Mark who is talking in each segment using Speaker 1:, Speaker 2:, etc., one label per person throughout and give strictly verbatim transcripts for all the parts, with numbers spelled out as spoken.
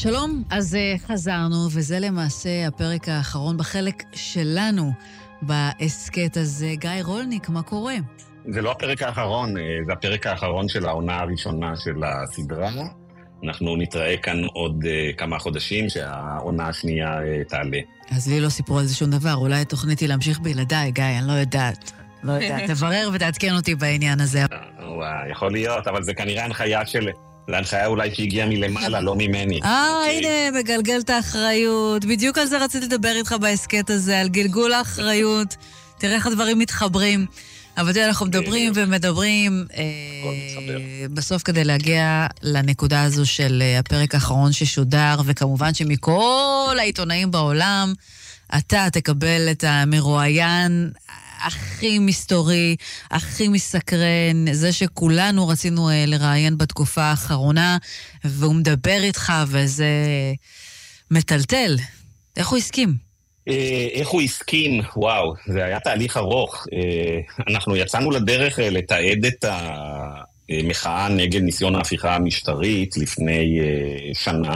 Speaker 1: שלום, אז חזרנו, וזה למעשה הפרק האחרון בחלק שלנו בהסקט הזה. גיא רולניק, מה קורה?
Speaker 2: זה לא הפרק האחרון, זה הפרק האחרון של העונה הראשונה של הסדרה. אנחנו נתראה כאן עוד כמה חודשים שהעונה השנייה תעלה.
Speaker 1: אז לי לא סיפרו על זה שום דבר, אולי התוכנית היא להמשיך בלעדיי, גיא, אני לא יודעת. לא יודעת, תברר ותעדכן אותי בעניין הזה.
Speaker 2: וואי, יכול להיות, אבל זה כנראה הנחיה של... להנחיה אולי שהגיעה מלמעלה, לא ממני.
Speaker 1: אה, הנה, מגלגל את האחריות. בדיוק על זה רציתי לדבר איתך בהסקט הזה, על גלגול האחריות. תראה איך הדברים מתחברים. אבל תראה, אנחנו מדברים ומדברים, בסוף כדי להגיע לנקודה הזו של הפרק האחרון ששודר, וכמובן שמכל העיתונאים בעולם, אתה תקבל את המרואיין הכי מסתורי, הכי מסקרן, זה שכולנו רצינו לראיין בתקופה האחרונה, והוא מדבר איתך, וזה מטלטל. איך הוא הסכים?
Speaker 2: איך הוא הסכים? וואו, זה היה תהליך ארוך. אנחנו יצאנו לדרך לתעד את המחאה נגד ניסיון ההפיכה המשטרית לפני שנה,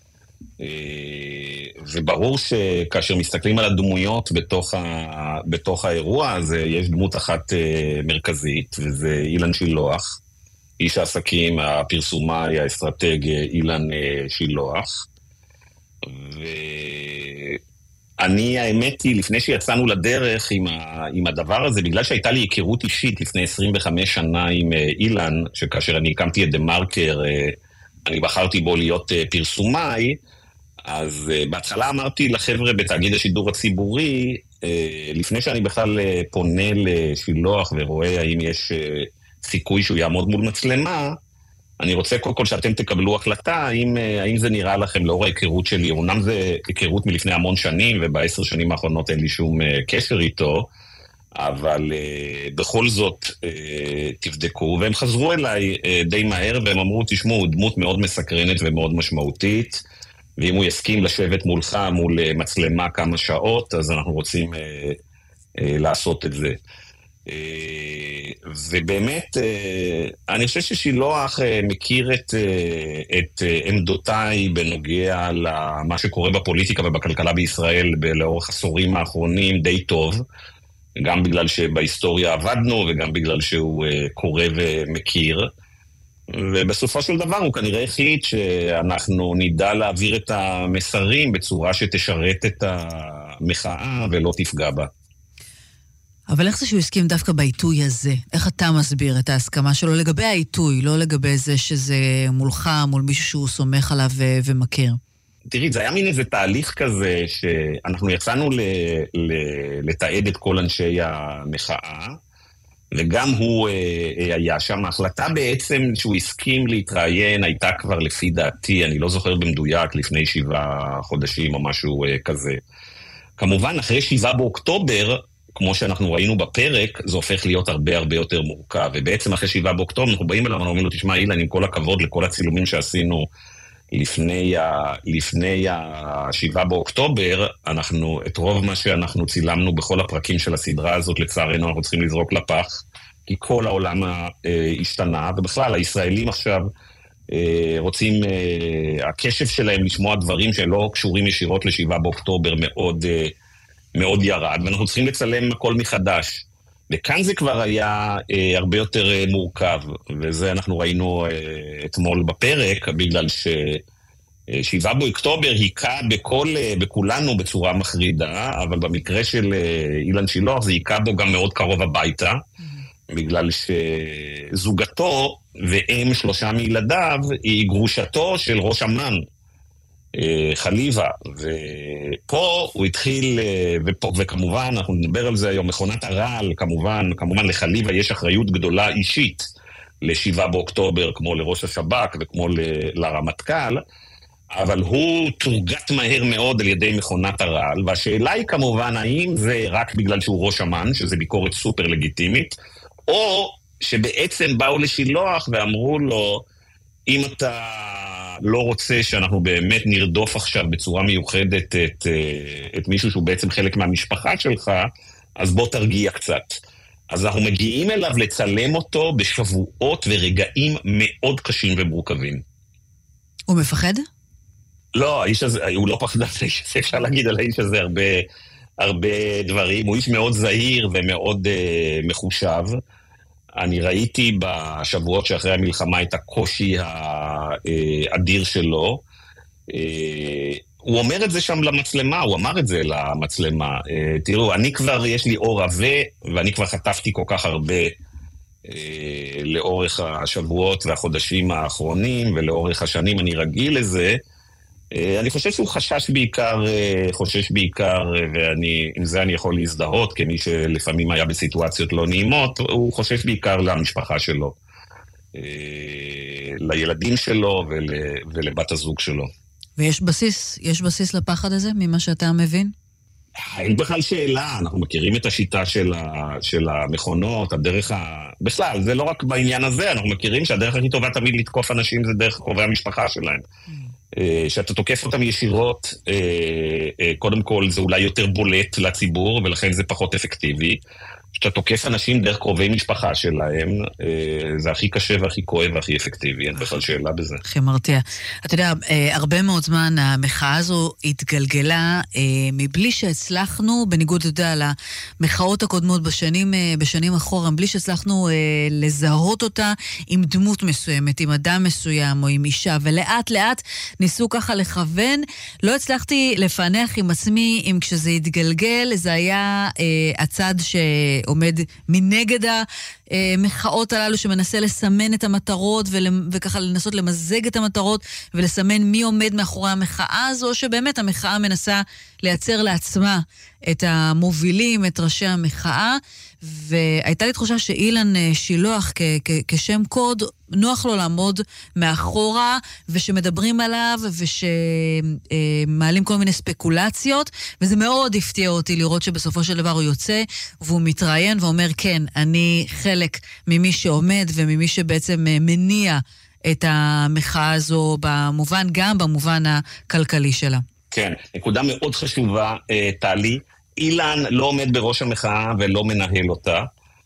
Speaker 2: וברור שכאשר מסתכלים על הדמויות בתוך, ה... בתוך האירוע הזה, יש דמות אחת מרכזית, וזה אילן שילוח, איש העסקים, הפרסומאי, האסטרטגי, אילן שילוח. ואני, האמת היא, לפני שיצאנו לדרך עם, ה... עם הדבר הזה, בגלל שהייתה לי היכרות אישית לפני עשרים וחמש שנה עם אילן, שכאשר אני הקמתי את דה-מרקר, אני בחרתי בו להיות פרסומאי, אז uh, בהתחלה אמרתי לחבר'ה בתאגיד השידור הציבורי, uh, לפני שאני בכלל uh, פונה לשילוח ורואה האם יש uh, סיכוי שהוא יעמוד מול מצלמה, אני רוצה קודם כל שאתם תקבלו החלטה, האם, uh, האם זה נראה לכם לאור ההיכרות שלי, אומנם זה היכרות מלפני המון שנים, ובעשר שנים האחרונות אין לי שום uh, קשר איתו, אבל uh, בכל זאת uh, תבדקו, והם חזרו אליי uh, די מהר, והם אמרו, תשמעו, הוא דמות מאוד מסקרנת ומאוד משמעותית, ואם הוא יסכים לשבת מולך, מול מצלמה כמה שעות, אז אנחנו רוצים אה, אה, לעשות את זה. אה, ובאמת, אה, אני חושב ששילוח אה, מכיר את, אה, את אה, עמדותיי בנוגע למה שקורה בפוליטיקה ובכלכלה בישראל לאורך עשורים האחרונים די טוב, גם בגלל שבהיסטוריה עבדנו וגם בגלל שהוא אה, קורא ומכיר. ובסופו של דבר הוא כנראה החליט שאנחנו נדע להעביר את המסרים בצורה שתשרת את המחאה ולא תפגע בה.
Speaker 1: אבל איך זה שהוא הסכים דווקא בעיתוי הזה? איך אתה מסביר את ההסכמה שלו לגבי העיתוי, לא לגבי זה שזה מולך, מול מישהו שהוא סומך עליו ו- ומכיר?
Speaker 2: תראי, זה היה מין איזה תהליך כזה שאנחנו יצאנו ל- ל- לתעד את כל אנשי המחאה, וגם הוא אה, היה שם. ההחלטה בעצם שהוא הסכים להתראיין הייתה כבר לפי דעתי, אני לא זוכר במדויק, לפני שבעה חודשים או משהו אה, כזה. כמובן, אחרי שבעה באוקטובר, כמו שאנחנו ראינו בפרק, זה הופך להיות הרבה הרבה יותר מורכב. ובעצם אחרי שבעה באוקטובר אנחנו באים אליו, אנחנו אומרים לו, תשמע אילן, עם כל הכבוד לכל הצילומים שעשינו לפני, ה, לפני השבעה באוקטובר, אנחנו, את רוב מה שאנחנו צילמנו בכל הפרקים של הסדרה הזאת, לצערנו אנחנו צריכים לזרוק לפח, כי כל העולם השתנה, ובכלל הישראלים עכשיו רוצים, הקשב שלהם לשמוע דברים שלא קשורים ישירות לשבעה באוקטובר מאוד, מאוד ירד, ואנחנו צריכים לצלם הכל מחדש. וכאן זה כבר היה אה, הרבה יותר אה, מורכב, וזה אנחנו ראינו אה, אתמול בפרק, בגלל ששבעה באוקטובר היכה בכל, אה, בכולנו בצורה מחרידה, אבל במקרה של אה, אילן שילוח זה היכה בו גם מאוד קרוב הביתה, mm-hmm. בגלל שזוגתו ואם שלושה מילדיו היא גרושתו של ראש אמ"ן, חליבה, ופה הוא התחיל, ופה, וכמובן, אנחנו נדבר על זה היום, מכונת הרעל, כמובן, כמובן לחליבה יש אחריות גדולה אישית לשבעה באוקטובר, כמו לראש השב"כ וכמו ל, לרמטכ"ל, אבל הוא תורגת מהר מאוד על ידי מכונת הרעל, והשאלה היא כמובן, האם זה רק בגלל שהוא ראש אמ"ן, שזה ביקורת סופר לגיטימית, או שבעצם באו לשילוח ואמרו לו, אם אתה לא רוצה שאנחנו באמת נרדוף עכשיו בצורה מיוחדת את, את מישהו שהוא בעצם חלק מהמשפחה שלך, אז בוא תרגיע קצת. אז אנחנו מגיעים אליו לצלם אותו בשבועות ורגעים מאוד קשים ומורכבים.
Speaker 1: הוא מפחד?
Speaker 2: לא, האיש הזה, הוא לא פחדן, אפשר להגיד על האיש הזה הרבה, הרבה דברים. הוא איש מאוד זהיר ומאוד uh, מחושב. אני ראיתי בשבועות שאחרי המלחמה את הקושי האדיר שלו. הוא אומר את זה שם למצלמה, הוא אמר את זה למצלמה. תראו, אני כבר, יש לי אור עבה, ואני כבר חטפתי כל כך הרבה לאורך השבועות והחודשים האחרונים, ולאורך השנים אני רגיל לזה. אני חושב שהוא חשש בעיקר, חושש בעיקר, ועם זה אני יכול להזדהות, כמי שלפעמים היה בסיטואציות לא נעימות, הוא חושש בעיקר למשפחה שלו, לילדים שלו ול, ולבת הזוג שלו.
Speaker 1: ויש בסיס, יש בסיס לפחד הזה, ממה שאתה מבין?
Speaker 2: אין בכלל שאלה, אנחנו מכירים את השיטה של, ה, של המכונות, הדרך ה... בכלל, זה לא רק בעניין הזה, אנחנו מכירים שהדרך הכי טובה תמיד לתקוף אנשים זה דרך קרובי המשפחה שלהם. שאתה תוקף אותם ישירות, קודם כל זה אולי יותר בולט לציבור, ולכן זה פחות אפקטיבי. שאתה תוקף אנשים דרך קרובי משפחה שלהם, זה הכי קשה והכי כואב והכי אפקטיבי, אין בכלל שאלה בזה.
Speaker 1: הכי מרתיע. אתה יודע, הרבה מאוד זמן המחאה הזו התגלגלה, מבלי שהצלחנו, בניגוד, אתה יודע, למחאות הקודמות בשנים, בשנים אחורה, מבלי שהצלחנו לזהות אותה עם דמות מסוימת, עם אדם מסוים או עם אישה, ולאט לאט ניסו ככה לכוון. לא הצלחתי לפענח עם עצמי, אם כשזה התגלגל, זה היה הצד ש... עומד מנגד המחאות הללו שמנסה לסמן את המטרות וככה לנסות למזג את המטרות ולסמן מי עומד מאחורי המחאה הזו, או שבאמת המחאה מנסה לייצר לעצמה את המובילים, את ראשי המחאה. והייתה לי תחושה שאילן שילוח כ- כ- כשם קוד, נוח לו לעמוד מאחורה, ושמדברים עליו, ושמעלים כל מיני ספקולציות, וזה מאוד הפתיע אותי לראות שבסופו של דבר הוא יוצא, והוא מתראיין ואומר, כן, אני חלק ממי שעומד, וממי שבעצם מניע את המחאה הזו, במובן, גם במובן הכלכלי שלה.
Speaker 2: כן, נקודה מאוד חשובה, טלי. אילן לא עומד בראש המחאה ולא מנהל אותה.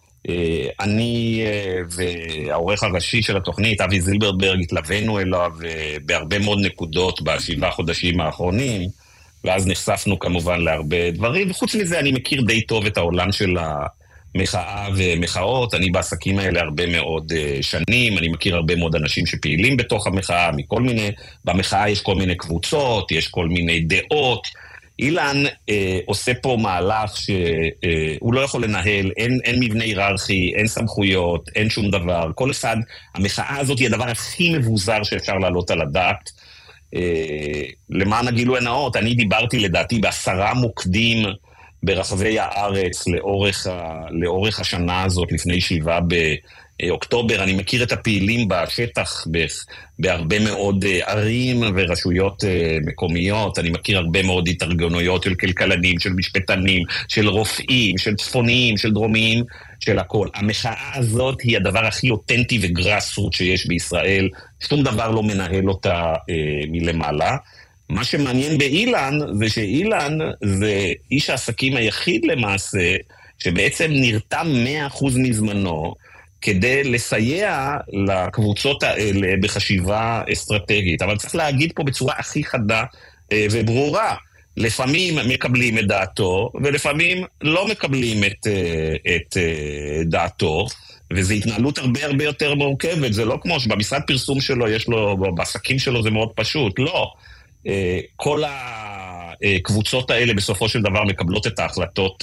Speaker 2: אני והעורך הראשי של התוכנית, אבי זילברברג, התלווינו אליו בהרבה מאוד נקודות בשבעה חודשים האחרונים, ואז נחשפנו כמובן להרבה דברים, וחוץ מזה אני מכיר די טוב את העולם של המחאה ומחאות. אני בעסקים האלה הרבה מאוד שנים, אני מכיר הרבה מאוד אנשים שפעילים בתוך המחאה, מכל מיני, במחאה יש כל מיני קבוצות, יש כל מיני דעות. אילן אה, עושה פה מהלך שהוא לא יכול לנהל, אין, אין מבנה היררכי, אין סמכויות, אין שום דבר. כל אחד, המחאה הזאת היא הדבר הכי מבוזר שאפשר לעלות על הדעת. אה, למען הגילוי הנאות, אני דיברתי לדעתי בעשרה מוקדים ברחבי הארץ לאורך, ה, לאורך השנה הזאת, לפני שבעה באוקטובר. אני מכיר את הפעילים בשטח בהרבה מאוד ערים ורשויות מקומיות. אני מכיר הרבה מאוד התארגנויות של כלכלנים, של משפטנים, של רופאים, של צפוניים, של דרומיים, של הכל. המחאה הזאת היא הדבר הכי אותנטי וגרסרות שיש בישראל. שום דבר לא מנהל אותה אה, מלמעלה. מה שמעניין באילן זה שאילן זה איש העסקים היחיד למעשה, שבעצם נרתם מאה אחוז מזמנו, כדי לסייע לקבוצות האלה בחשיבה אסטרטגית. אבל צריך להגיד פה בצורה הכי חדה וברורה, לפעמים מקבלים את דעתו, ולפעמים לא מקבלים את, את דעתו, וזו התנהלות הרבה הרבה יותר מורכבת. זה לא כמו שבמשרד פרסום שלו יש לו, בעסקים שלו זה מאוד פשוט, לא. כל הקבוצות האלה בסופו של דבר מקבלות את ההחלטות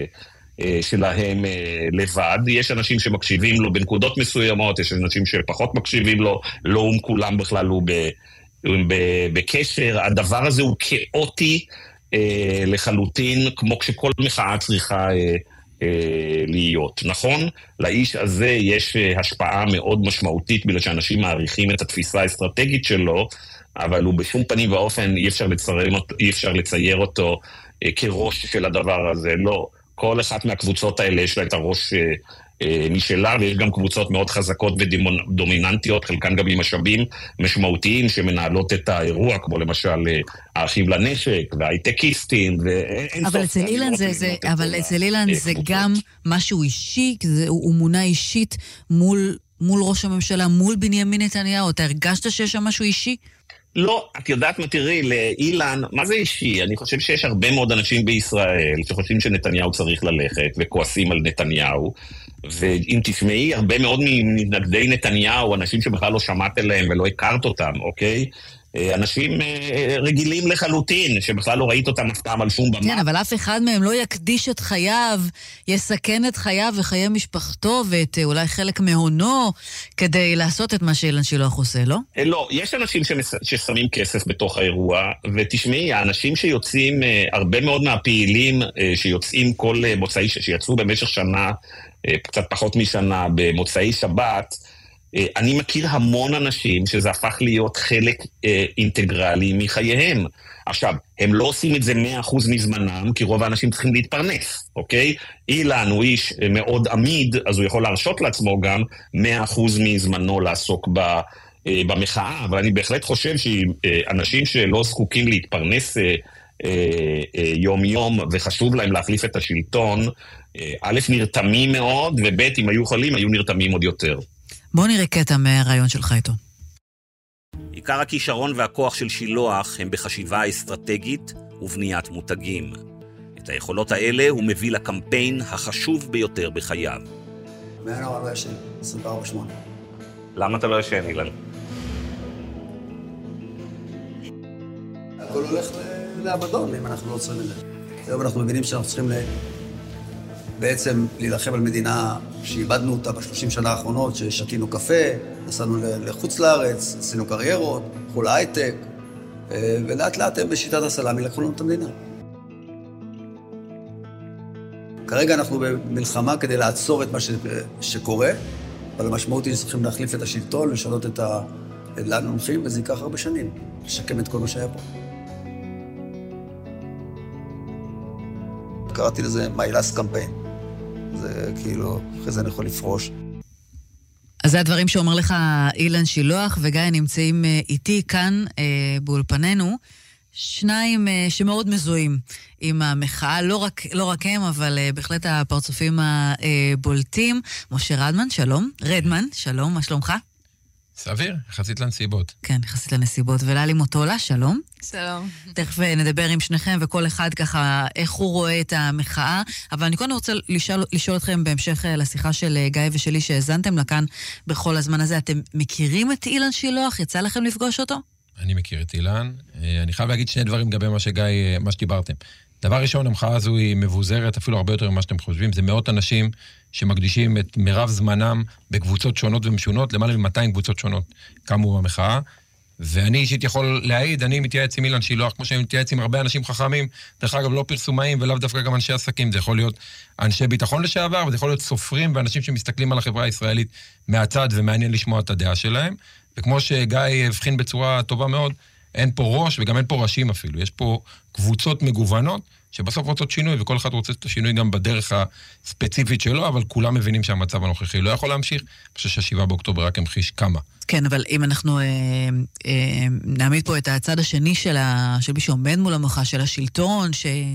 Speaker 2: שלהם לבד. יש אנשים שמקשיבים לו בנקודות מסוימות, יש אנשים שפחות מקשיבים לו, לא הוא כולם בכלל הוא בקשר. הדבר הזה הוא כאוטי לחלוטין, כמו כשכל מחאה צריכה להיות. נכון? לאיש הזה יש השפעה מאוד משמעותית, בגלל שאנשים מעריכים את התפיסה האסטרטגית שלו, אבל הוא בשום פנים ואופן אי אפשר לצייר אותו, אי אפשר לצייר אותו כראש של הדבר הזה. לא. כל אחת מהקבוצות האלה יש לה את הראש משלה, ויש גם קבוצות מאוד חזקות ודומיננטיות, חלקן גם עם משאבים משמעותיים שמנהלות את האירוע, כמו למשל האחים לנשק וההייטקיסטים, ואין
Speaker 1: אבל אצל אילן זה, זה, אבל אצל אילן זה גם משהו אישי, זה, הוא מונה אישית מול, מול ראש הממשלה, מול בנימין נתניהו. אתה הרגשת שיש שם משהו אישי?
Speaker 2: לא, את יודעת מה, תראי, לאילן, מה זה אישי? אני חושב שיש הרבה מאוד אנשים בישראל שחושבים שנתניהו צריך ללכת וכועסים על נתניהו, ואם תשמעי, הרבה מאוד ממתנגדי נתניהו, אנשים שבכלל לא שמעת אליהם ולא הכרת אותם, אוקיי? אנשים רגילים לחלוטין, שבכלל לא ראית אותם אף פעם על שום במה.
Speaker 1: כן, אבל אף אחד מהם לא יקדיש את חייו, יסכן את חייו וחיי משפחתו, ואת אולי חלק מהונו, כדי לעשות את מה שאילן שילוח עושה, לא?
Speaker 2: לא, יש אנשים ששמים כסף בתוך האירוע, ותשמעי, האנשים שיוצאים, הרבה מאוד מהפעילים שיוצאים כל מוצאי, שיצאו במשך שנה, קצת פחות משנה, במוצאי שבת, אני מכיר המון אנשים שזה הפך להיות חלק אה, אינטגרלי מחייהם. עכשיו, הם לא עושים את זה מאה אחוז מזמנם, כי רוב האנשים צריכים להתפרנס, אוקיי? אילן הוא איש מאוד עמיד, אז הוא יכול להרשות לעצמו גם מאה אחוז מזמנו לעסוק ב, אה, במחאה, אבל אני בהחלט חושב שאנשים שלא זקוקים להתפרנס אה, אה, אה, יום יום, וחשוב להם להחליף את השלטון, אה, א', נרתמים מאוד, וב', אם היו יכולים, היו נרתמים עוד יותר.
Speaker 1: בוא נראה קטע מהרעיון שלך איתו.
Speaker 3: עיקר הכישרון והכוח של שילוח הם בחשיבה האסטרטגית ובניית מותגים. את היכולות האלה הוא מביא לקמפיין החשוב ביותר בחייו.
Speaker 4: מהנוער לא ישן, עשרים וארבע שמונה.
Speaker 2: למה אתה לא ישן, אילן?
Speaker 4: הכל הולך לאבדון, אם אנחנו לא עוצרים את זה. היום אנחנו מבינים שאנחנו צריכים ל... בעצם להילחם על מדינה שאיבדנו אותה בשלושים שנה האחרונות, ששתינו קפה, נסענו לחוץ לארץ, עשינו קריירות, הלכו להייטק, ולאט לאט הם בשיטת הסלאמי לקחו לנו את המדינה. כרגע אנחנו במלחמה כדי לעצור את מה ש... שקורה, אבל המשמעות היא שצריכים להחליף את השלטון, לשנות את ה... לאן הולכים, וזה ייקח הרבה שנים, לשקם את כל מה שהיה פה. קראתי לזה my last campaign. זה כאילו, אחרי זה אני יכול לפרוש.
Speaker 1: אז זה הדברים שאומר לך אילן שילוח, וגיא נמצאים איתי כאן באולפנינו, שניים שמאוד מזוהים עם המחאה, לא רק, לא רק הם, אבל בהחלט הפרצופים הבולטים. משה רדמן, שלום. רדמן, שלום, מה שלומך?
Speaker 5: סביר, יחסית לנסיבות.
Speaker 1: כן, יחסית לנסיבות. וללי מוטולה, שלום.
Speaker 6: שלום.
Speaker 1: תכף נדבר עם שניכם, וכל אחד ככה, איך הוא רואה את המחאה. אבל אני קודם רוצה לשאול, לשאול אתכם בהמשך לשיחה של גיא ושלי, שהזנתם לכאן בכל הזמן הזה. אתם מכירים את אילן שילוח? יצא לכם לפגוש אותו?
Speaker 5: אני מכיר את אילן. אני חייב להגיד שני דברים לגבי מה שגיא, מה שדיברתם. דבר ראשון, המחאה הזו היא מבוזרת, אפילו הרבה יותר ממה שאתם חושבים. זה מאות אנשים שמקדישים את מרב זמנם בקבוצות שונות ומשונות, למעלה מ-מאתיים קבוצות שונות קמו במחאה. ואני אישית יכול להעיד, אני מתייעץ עם אילן שילוח, כמו שאני מתייעץ עם הרבה אנשים חכמים, דרך אגב לא פרסומאים ולאו דווקא גם אנשי עסקים, זה יכול להיות אנשי ביטחון לשעבר, וזה יכול להיות סופרים ואנשים שמסתכלים על החברה הישראלית מהצד ומעניין לשמוע את הדעה שלהם. וכמו שגיא הבחין בצורה טובה מאוד, אין פה ראש וגם אין פה ראשים אפילו. יש פה קבוצות מגוונות שבסוף רוצות שינוי, וכל אחד רוצה את השינוי גם בדרך הספציפית שלו, אבל כולם מבינים שהמצב הנוכחי לא יכול להמשיך. אני חושב שהשבעה באוקטובר רק המחיש כמה.
Speaker 1: כן, אבל אם אנחנו אה, אה, נעמיד פה את הצד השני של, ה, של מי שעומד מול המחאה, של השלטון,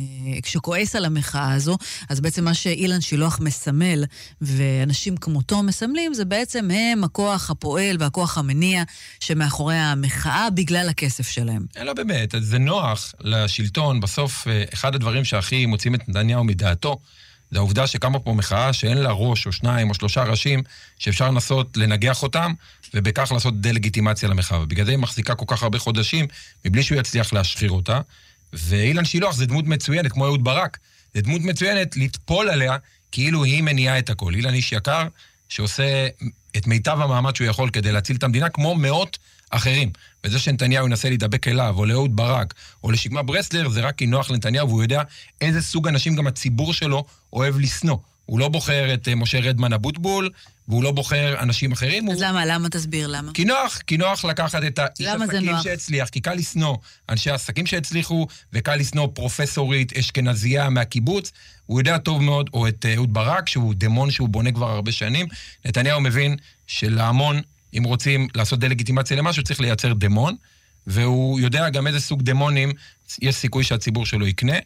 Speaker 1: שכועס על המחאה הזו, אז בעצם מה שאילן שילוח מסמל, ואנשים כמותו מסמלים, זה בעצם הם הכוח הפועל והכוח המניע שמאחורי המחאה בגלל הכסף שלהם.
Speaker 5: אלא באמת, זה נוח לשלטון. בסוף, אחד הדברים שהכי מוצאים את נתניהו מדעתו, זה העובדה שקמה פה מחאה שאין לה ראש או שניים או שלושה ראשים שאפשר לנסות לנגח אותם ובכך לעשות דלגיטימציה למחאה. ובגלל זה היא מחזיקה כל כך הרבה חודשים מבלי שהוא יצליח להשחיר אותה. ואילן שילוח זה דמות מצוינת, כמו אהוד ברק. זה דמות מצוינת לטפול עליה כאילו היא מניעה את הכל. אילן איש יקר שעושה את מיטב המאמץ שהוא יכול כדי להציל את המדינה כמו מאות אחרים. וזה שנתניהו ינסה להידבק אליו, או לאהוד ברק, או לשקמה ברסלר, זה רק כי נוח לנתניהו, והוא יודע איזה סוג אנשים גם הציבור שלו אוהב לסנוע. הוא לא בוחר את משה רדמן אבוטבול, והוא לא בוחר אנשים אחרים.
Speaker 1: אז
Speaker 5: הוא...
Speaker 1: למה? למה תסביר? למה?
Speaker 5: כי נוח, כי נוח לקחת את האיש עסקים שהצליח, כי קל לסנוע אנשי עסקים שהצליחו, וקל לסנוע פרופסורית אשכנזייה מהקיבוץ. הוא יודע טוב מאוד, או את אהוד ברק, שהוא דמון שהוא בונה כבר הרבה שנים. נתניהו מבין שלהמון, אם רוצים לעשות דלגיטימציה למשהו, צריך לייצר דמון, והוא יודע גם איזה סוג דמונים יש סיכוי שהציבור שלו יקנה.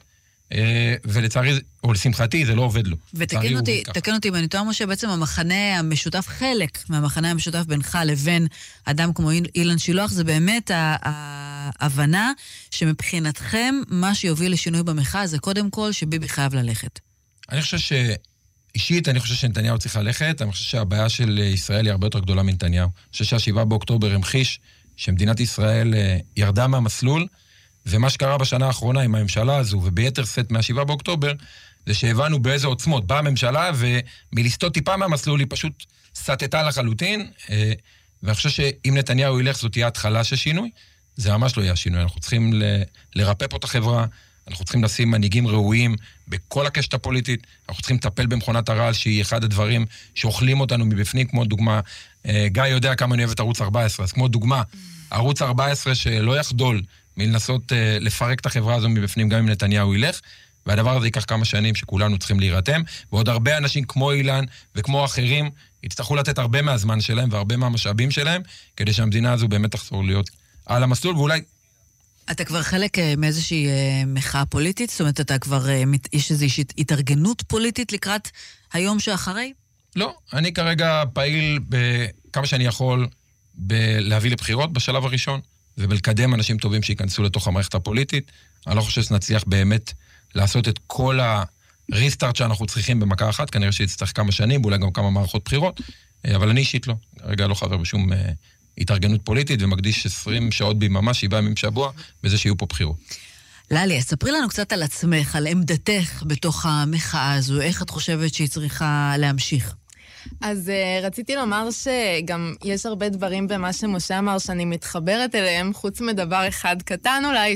Speaker 5: ולצערי, או לשמחתי, זה לא עובד לו.
Speaker 1: ותקן אותי, תקן אותי, ואני טועה משה, בעצם המחנה המשותף, חלק מהמחנה המשותף בינך לבין אדם כמו אילן שילוח, זה באמת ההבנה שמבחינתכם, מה שיוביל לשינוי במחאה, זה קודם כל שביבי חייב ללכת.
Speaker 5: אני חושב ש... אישית, אני חושב שנתניהו צריך ללכת, אני חושב שהבעיה של ישראל היא הרבה יותר גדולה מנתניהו. אני חושב שהשבעה באוקטובר המחיש שמדינת ישראל ירדה מהמסלול, ומה שקרה בשנה האחרונה עם הממשלה הזו, וביתר סט מהשבעה באוקטובר, זה שהבנו באיזה עוצמות באה הממשלה, ומלסטות טיפה מהמסלול היא פשוט סטטה לחלוטין, ואני חושב שאם נתניהו ילך, זאת תהיה התחלה של שינוי, זה ממש לא יהיה שינוי. אנחנו צריכים ל- לרפא פה את החברה, אנחנו צריכים לשים מנהיגים ראויים בכל הקשת הפוליטית, אנחנו צריכים לטפל במכונת הרעל, שהיא אחד הדברים שאוכלים אותנו מבפנים, כמו דוגמה, גיא יודע כמה אני אוהב את ערוץ ארבע עשרה, אז כמו דוגמה, ערוץ ארבע עשרה שלא יחדול מלנסות לפרק את החברה הזו מבפנים, גם אם נתניהו ילך, והדבר הזה ייקח כמה שנים שכולנו צריכים להירתם, ועוד הרבה אנשים כמו אילן וכמו אחרים, יצטרכו לתת הרבה מהזמן שלהם והרבה מהמשאבים שלהם, כדי שהמדינה הזו באמת תחזור להיות על המסלול, ואולי...
Speaker 1: אתה כבר חלק מאיזושהי מחאה פוליטית? זאת אומרת, אתה כבר, יש איזושהי התארגנות פוליטית לקראת היום שאחרי?
Speaker 5: לא, אני כרגע פעיל בכמה שאני יכול להביא לבחירות בשלב הראשון, ובלקדם אנשים טובים שיכנסו לתוך המערכת הפוליטית. אני לא חושב שנצליח באמת לעשות את כל הריסטארט שאנחנו צריכים במכה אחת, כנראה שיצטרך כמה שנים, ואולי גם כמה מערכות בחירות, אבל אני אישית לא. כרגע לא חבר בשום התארגנות פוליטית, ומקדיש עשרים שעות ביממה, שבעה ימים בשבוע, בזה שיהיו פה בחירות.
Speaker 1: ללי, ספרי לנו קצת על עצמך, על עמדתך בתוך המחאה הזו, איך את חושבת שהיא צריכה להמשיך?
Speaker 6: אז uh, רציתי לומר שגם יש הרבה דברים במה שמשה אמר שאני מתחברת אליהם, חוץ מדבר אחד קטן אולי,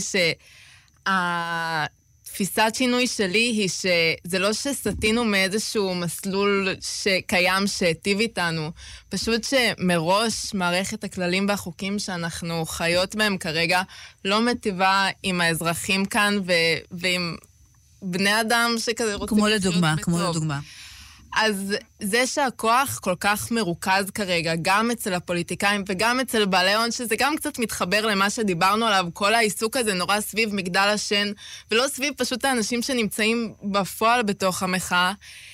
Speaker 6: שהתפיסת שינוי שלי היא שזה לא שסתינו מאיזשהו מסלול שקיים שהטיב איתנו, פשוט שמראש מערכת הכללים והחוקים שאנחנו חיות בהם כרגע לא מטיבה עם האזרחים כאן ו- ועם בני אדם שכזה רוצים
Speaker 1: כמו לדוגמה, כמו לדוגמה.
Speaker 6: אז זה שהכוח כל כך מרוכז כרגע, גם אצל הפוליטיקאים וגם אצל בעלי הון, שזה גם קצת מתחבר למה שדיברנו עליו, כל העיסוק הזה נורא סביב מגדל השן, ולא סביב פשוט האנשים שנמצאים בפועל בתוך המחאה,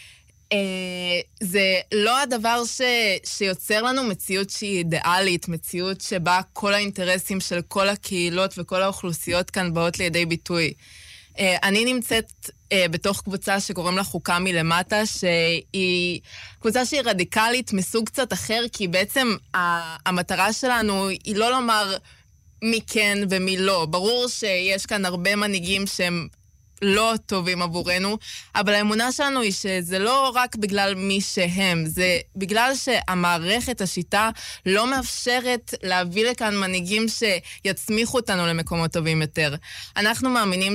Speaker 6: זה לא הדבר ש, שיוצר לנו מציאות שהיא אידיאלית, מציאות שבה כל האינטרסים של כל הקהילות וכל האוכלוסיות כאן באות לידי ביטוי. אני נמצאת בתוך קבוצה שקוראים לה חוקה מלמטה, שהיא קבוצה שהיא רדיקלית מסוג קצת אחר, כי בעצם המטרה שלנו היא לא לומר מי כן ומי לא. ברור שיש כאן הרבה מנהיגים שהם לא טובים עבורנו, אבל האמונה שלנו היא שזה לא רק בגלל מי שהם, זה בגלל שהמערכת, השיטה, לא מאפשרת להביא לכאן מנהיגים שיצמיחו אותנו למקומות טובים יותר. אנחנו מאמינים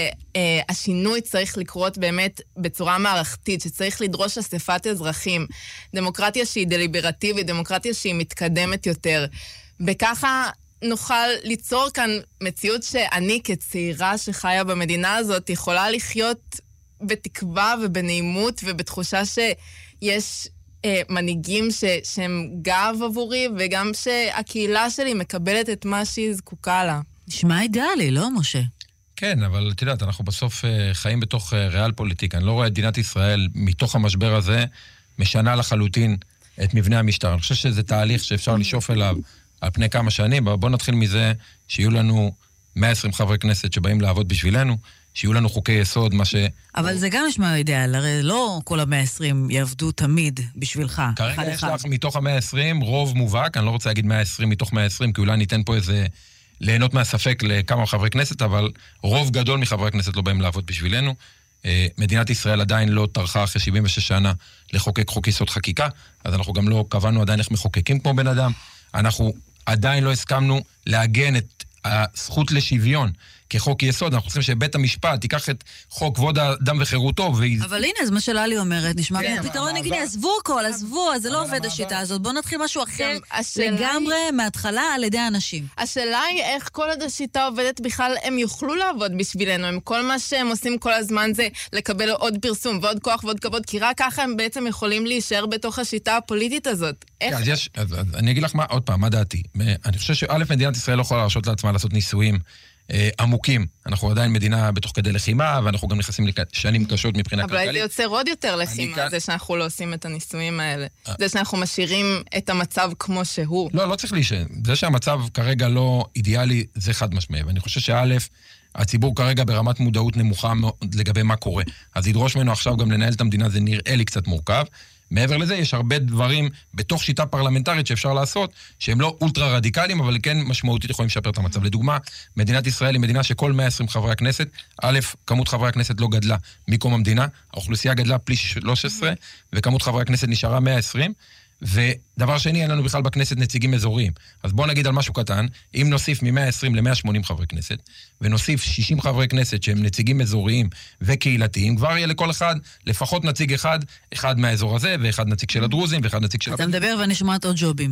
Speaker 6: שהשינוי צריך לקרות באמת בצורה מערכתית, שצריך לדרוש אספת אזרחים, דמוקרטיה שהיא דליברטיבית, דמוקרטיה שהיא מתקדמת יותר. בככה נוכל ליצור כאן מציאות שאני כצעירה שחיה במדינה הזאת יכולה לחיות בתקווה ובנעימות ובתחושה שיש אה, מנהיגים ש, שהם גב עבורי, וגם שהקהילה שלי מקבלת את מה שהיא זקוקה לה.
Speaker 1: נשמע אידיאלי, לא משה?
Speaker 5: כן, אבל את יודעת, אנחנו בסוף אה, חיים בתוך אה, ריאל פוליטיקה. אני לא רואה את מדינת ישראל מתוך המשבר הזה משנה לחלוטין את מבנה המשטר. אני חושב שזה תהליך שאפשר לשאוף אליו על פני כמה שנים. בואו נתחיל מזה שיהיו לנו מאה ועשרים חברי כנסת שבאים לעבוד בשבילנו, שיהיו לנו חוקי יסוד, מה ש...
Speaker 1: אבל זה גם נשמע אידיאל, הרי לא כל ה-מאה ועשרים יעבדו תמיד בשבילך.
Speaker 5: כרגע יש לך מתוך ה-מאה ועשרים רוב מובהק, אני לא רוצה להגיד מאה ועשרים מתוך מאה ועשרים, כי אולי ניתן פה איזה ליהנות מהספק לכמה חברי כנסת, אבל רוב גדול מחברי כנסת לא באים לעבוד בשבילנו. מדינת ישראל עדיין לא טרחה אחרי שבעים ושש שנה לחוקק חוק יסוד חקיקה, אז אנחנו גם לא קבענו עדיין איך מחוקקים כמו בן אדם. אנחנו עדיין לא הסכמנו לעגן את הזכות לשוויון כחוק יסוד. אנחנו צריכים שבית המשפט ייקח את חוק כבוד האדם וחירותו. ו...
Speaker 1: אבל הנה, אז מה שלי אומרת, נשמע כמו פתרון, נגיד, עזבו הכל, עזבו, אז זה לא עובד השיטה הזאת. בואו נתחיל משהו אחר לגמרי מההתחלה על ידי האנשים.
Speaker 6: השאלה היא איך כל עוד השיטה עובדת בכלל, הם יוכלו לעבוד בשבילנו. הם כל מה שהם עושים כל הזמן זה לקבל עוד פרסום ועוד כוח ועוד כבוד, כי רק ככה הם בעצם יכולים להישאר בתוך השיטה הפוליטית הזאת.
Speaker 5: אז יש, אז אני אגיד לך מה, עוד פעם, מה דעתי? אני חושב שא' מדינת ישראל לא יכולה להרשות לעצמה לעשות ניסויים עמוקים. אנחנו עדיין מדינה בתוך כדי לחימה, ואנחנו גם נכנסים לשנים קשות מבחינה כלכלית.
Speaker 6: אבל זה יוצר עוד יותר לחימה, זה שאנחנו לא עושים את הניסויים האלה. זה שאנחנו משאירים את המצב כמו שהוא.
Speaker 5: לא, לא צריך להישאר. זה שהמצב כרגע לא אידיאלי, זה חד משמעי. ואני חושב שא', הציבור כרגע ברמת מודעות נמוכה לגבי מה קורה. אז ידרוש ממנו עכשיו גם לנהל את המדינה, זה נראה לי קצת מורכב. מעבר לזה, יש הרבה דברים בתוך שיטה פרלמנטרית שאפשר לעשות, שהם לא אולטרה רדיקליים, אבל כן משמעותית יכולים לשפר את המצב. לדוגמה, מדינת ישראל היא מדינה שכל מאה ועשרים חברי הכנסת, א', כמות חברי הכנסת לא גדלה מקום המדינה, האוכלוסייה גדלה פי שלוש עשרה, וכמות חברי הכנסת נשארה מאה ועשרים, ודבר שני, אין לנו בכלל בכנסת נציגים אזוריים. אז בואו נגיד על משהו קטן, אם נוסיף מ-מאה ועשרים ל-מאה ושמונים חברי כנסת, ונוסיף שישים חברי כנסת שהם נציגים אזוריים וקהילתיים, כבר יהיה לכל אחד, לפחות נציג אחד, אחד מהאזור הזה, ואחד נציג של הדרוזים, ואחד נציג של...
Speaker 1: אתה מדבר ואני שומעת עוד ג'ובים.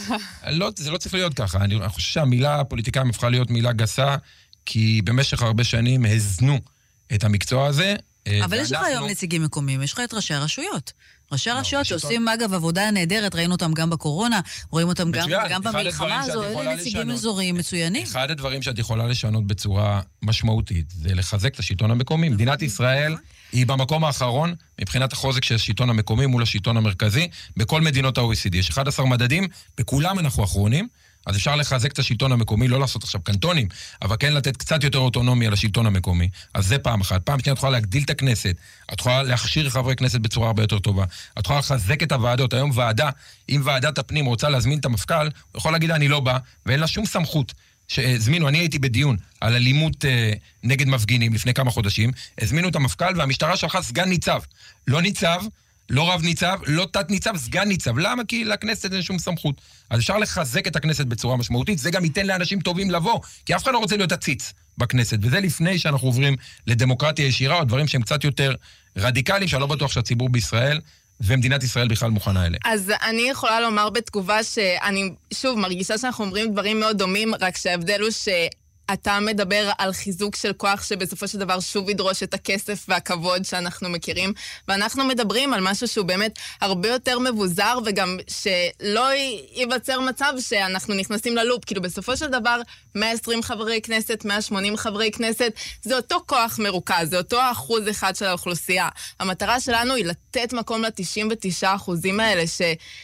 Speaker 5: לא, זה לא צריך להיות ככה. אני חושב שהמילה הפוליטיקאים הפכה להיות מילה גסה, כי במשך הרבה שנים הזנו את המקצוע הזה.
Speaker 1: אבל יש לך היום נציגים מקומיים, יש לך את ראשי הרשויות. ראשי הרשויות שעושים, אגב, עבודה נהדרת, ראינו אותם גם בקורונה, רואים אותם גם במלחמה הזו, אלה נציגים אזוריים מצוינים.
Speaker 5: אחד הדברים שאת יכולה לשנות בצורה משמעותית, זה לחזק את השלטון המקומי. מדינת ישראל היא במקום האחרון, מבחינת החוזק של השלטון המקומי מול השלטון המרכזי, בכל מדינות ה-או אי סי די. יש אחד עשר מדדים, בכולם אנחנו אחרונים, אז אפשר לחזק את השלטון המקומי, לא לעשות עכשיו קנטונים, אבל כן לתת קצת יותר אוטונומיה לשלטון המקומי. אז זה פעם אחת. פעם שנייה את יכולה להגדיל את הכנסת, את יכולה להכשיר חברי כנסת בצורה הרבה יותר טובה, את יכולה לחזק את הוועדות. היום ועדה, אם ועדת הפנים רוצה להזמין את המפכ"ל, הוא יכול להגיד, אני לא בא, ואין לה שום סמכות. שהזמינו, אני הייתי בדיון על אלימות אה, נגד מפגינים לפני כמה חודשים, הזמינו את המפכ"ל והמשטרה שלחה סגן ניצב. לא ניצב, לא רב ניצב, לא תת ניצב, סגן ניצב. למה? כי לכנסת אין שום סמכות. אז אפשר לחזק את הכנסת בצורה משמעותית, זה גם ייתן לאנשים טובים לבוא, כי אף אחד לא רוצה להיות עציץ בכנסת, וזה לפני שאנחנו עוברים לדמוקרטיה ישירה, או דברים שהם קצת יותר רדיקליים, שאני לא בטוח שהציבור בישראל ומדינת ישראל בכלל מוכנה אליהם.
Speaker 6: אז אני יכולה לומר בתגובה שאני, שוב, מרגישה שאנחנו אומרים דברים מאוד דומים, רק שההבדל הוא ש... אתה מדבר על חיזוק של כוח שבסופו של דבר שוב ידרוש את הכסף והכבוד שאנחנו מכירים, ואנחנו מדברים על משהו שהוא באמת הרבה יותר מבוזר, וגם שלא ייווצר מצב שאנחנו נכנסים ללופ, כאילו בסופו של דבר מאה ועשרים חברי כנסת, מאה ושמונים חברי כנסת, זה אותו כוח מרוכז, זה אותו אחוז אחד של האוכלוסייה. המטרה שלנו היא לתת מקום ל-תשעים ותשעה אחוזים האלה ש...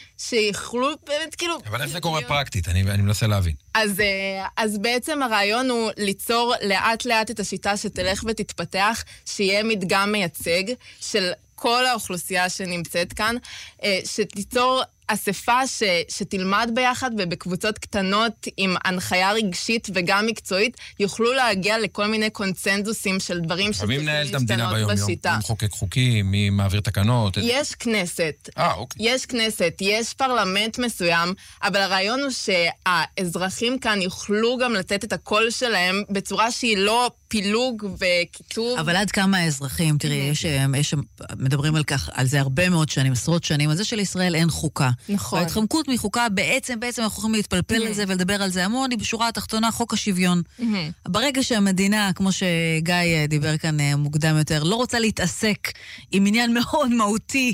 Speaker 6: שיכולו באמת כאילו...
Speaker 5: אבל איך זה קורה פרקטית? אני, אני מנסה להבין.
Speaker 6: אז, אז בעצם הרעיון הוא ליצור לאט לאט את השיטה שתלך ותתפתח, שיהיה מדגם מייצג של כל האוכלוסייה שנמצאת כאן, שתיצור אספה ש, שתלמד ביחד ובקבוצות קטנות עם הנחיה רגשית וגם מקצועית, יוכלו להגיע לכל מיני קונצנזוסים של דברים שצריכים להשתנות בשיטה.
Speaker 5: מי מחוקק חוקים, מי מעביר תקנות?
Speaker 6: יש כנסת.
Speaker 5: אה, אוקיי.
Speaker 6: יש כנסת, יש פרלמנט מסוים, אבל הרעיון הוא שהאזרחים כאן יוכלו גם לתת את הקול שלהם בצורה שהיא לא פילוג וכיתוב.
Speaker 1: אבל עד כמה האזרחים, תראי, יש, יש, מדברים על כך, על זה הרבה מאוד שנים, עשרות שנים, על זה שלישראל אין חוקה.
Speaker 6: נכון.
Speaker 1: וההתחמקות מחוקה, בעצם, בעצם אנחנו יכולים להתפלפל על זה ולדבר על זה המון, היא בשורה התחתונה חוק השוויון. ברגע שהמדינה, כמו שגיא דיבר כאן מוקדם יותר, לא רוצה להתעסק עם עניין מאוד מהותי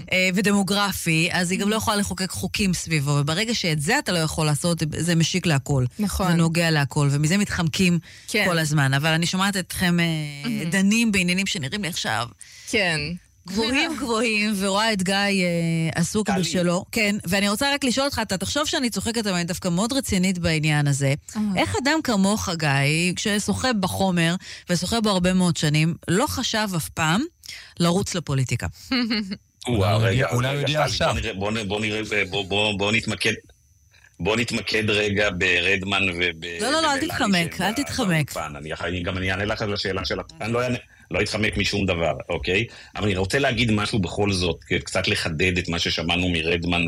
Speaker 1: ודמוגרפי, אז היא גם לא יכולה לחוקק חוקים סביבו, וברגע שאת זה אתה לא יכול לעשות, זה משיק להכל.
Speaker 6: נכון.
Speaker 1: זה נוגע להכל, ומזה מתחמקים כל הזמן. אבל אני שומעת אתכם דנים בעניינים שנראים לי עכשיו.
Speaker 6: כן.
Speaker 1: גבוהים גבוהים, ורואה את גיא עסוק בשלו. כן, ואני רוצה רק לשאול אותך, אתה תחשוב שאני צוחקת, אבל אני דווקא מאוד רצינית בעניין הזה. איך אדם כמוך, גיא, כששוחה בחומר, ושוחה בו הרבה מאוד שנים, לא חשב אף פעם לרוץ לפוליטיקה?
Speaker 5: אולי הוא יודע עכשיו.
Speaker 2: בוא נתמקד. בוא נתמקד רגע ברדמן וב...
Speaker 1: לא, לא, לא, אל תתחמק, אל תתחמק.
Speaker 2: אני גם אני אענה לך על השאלה של הפן, אני לא אענה. לא יתחמק משום דבר, אוקיי? אבל אני רוצה להגיד משהו בכל זאת, קצת לחדד את מה ששמענו מרדמן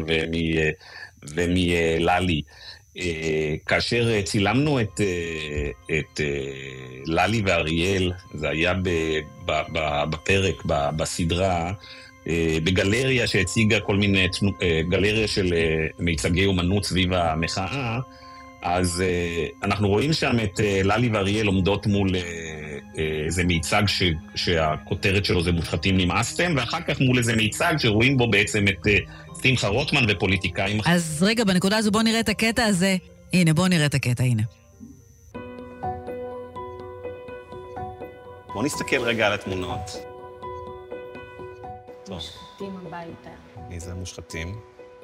Speaker 2: ומללי. כאשר צילמנו את, את ללי ואריאל, זה היה בפרק, בסדרה, בגלריה שהציגה כל מיני, גלריה של מיצגי אומנות סביב המחאה, אז uh, אנחנו רואים שם את uh, ללי ואריאל עומדות מול uh, uh, איזה מיצג ש, שהכותרת שלו זה מושחתים נמאסתם, ואחר כך מול איזה מיצג שרואים בו בעצם את uh, שמחה רוטמן ופוליטיקאים.
Speaker 1: אז רגע, בנקודה הזו בוא נראה את הקטע הזה. הנה, בוא נראה את הקטע, הנה.
Speaker 2: בואו נסתכל רגע על התמונות.
Speaker 7: מושחתים הביתה.
Speaker 2: מי זה המושחתים?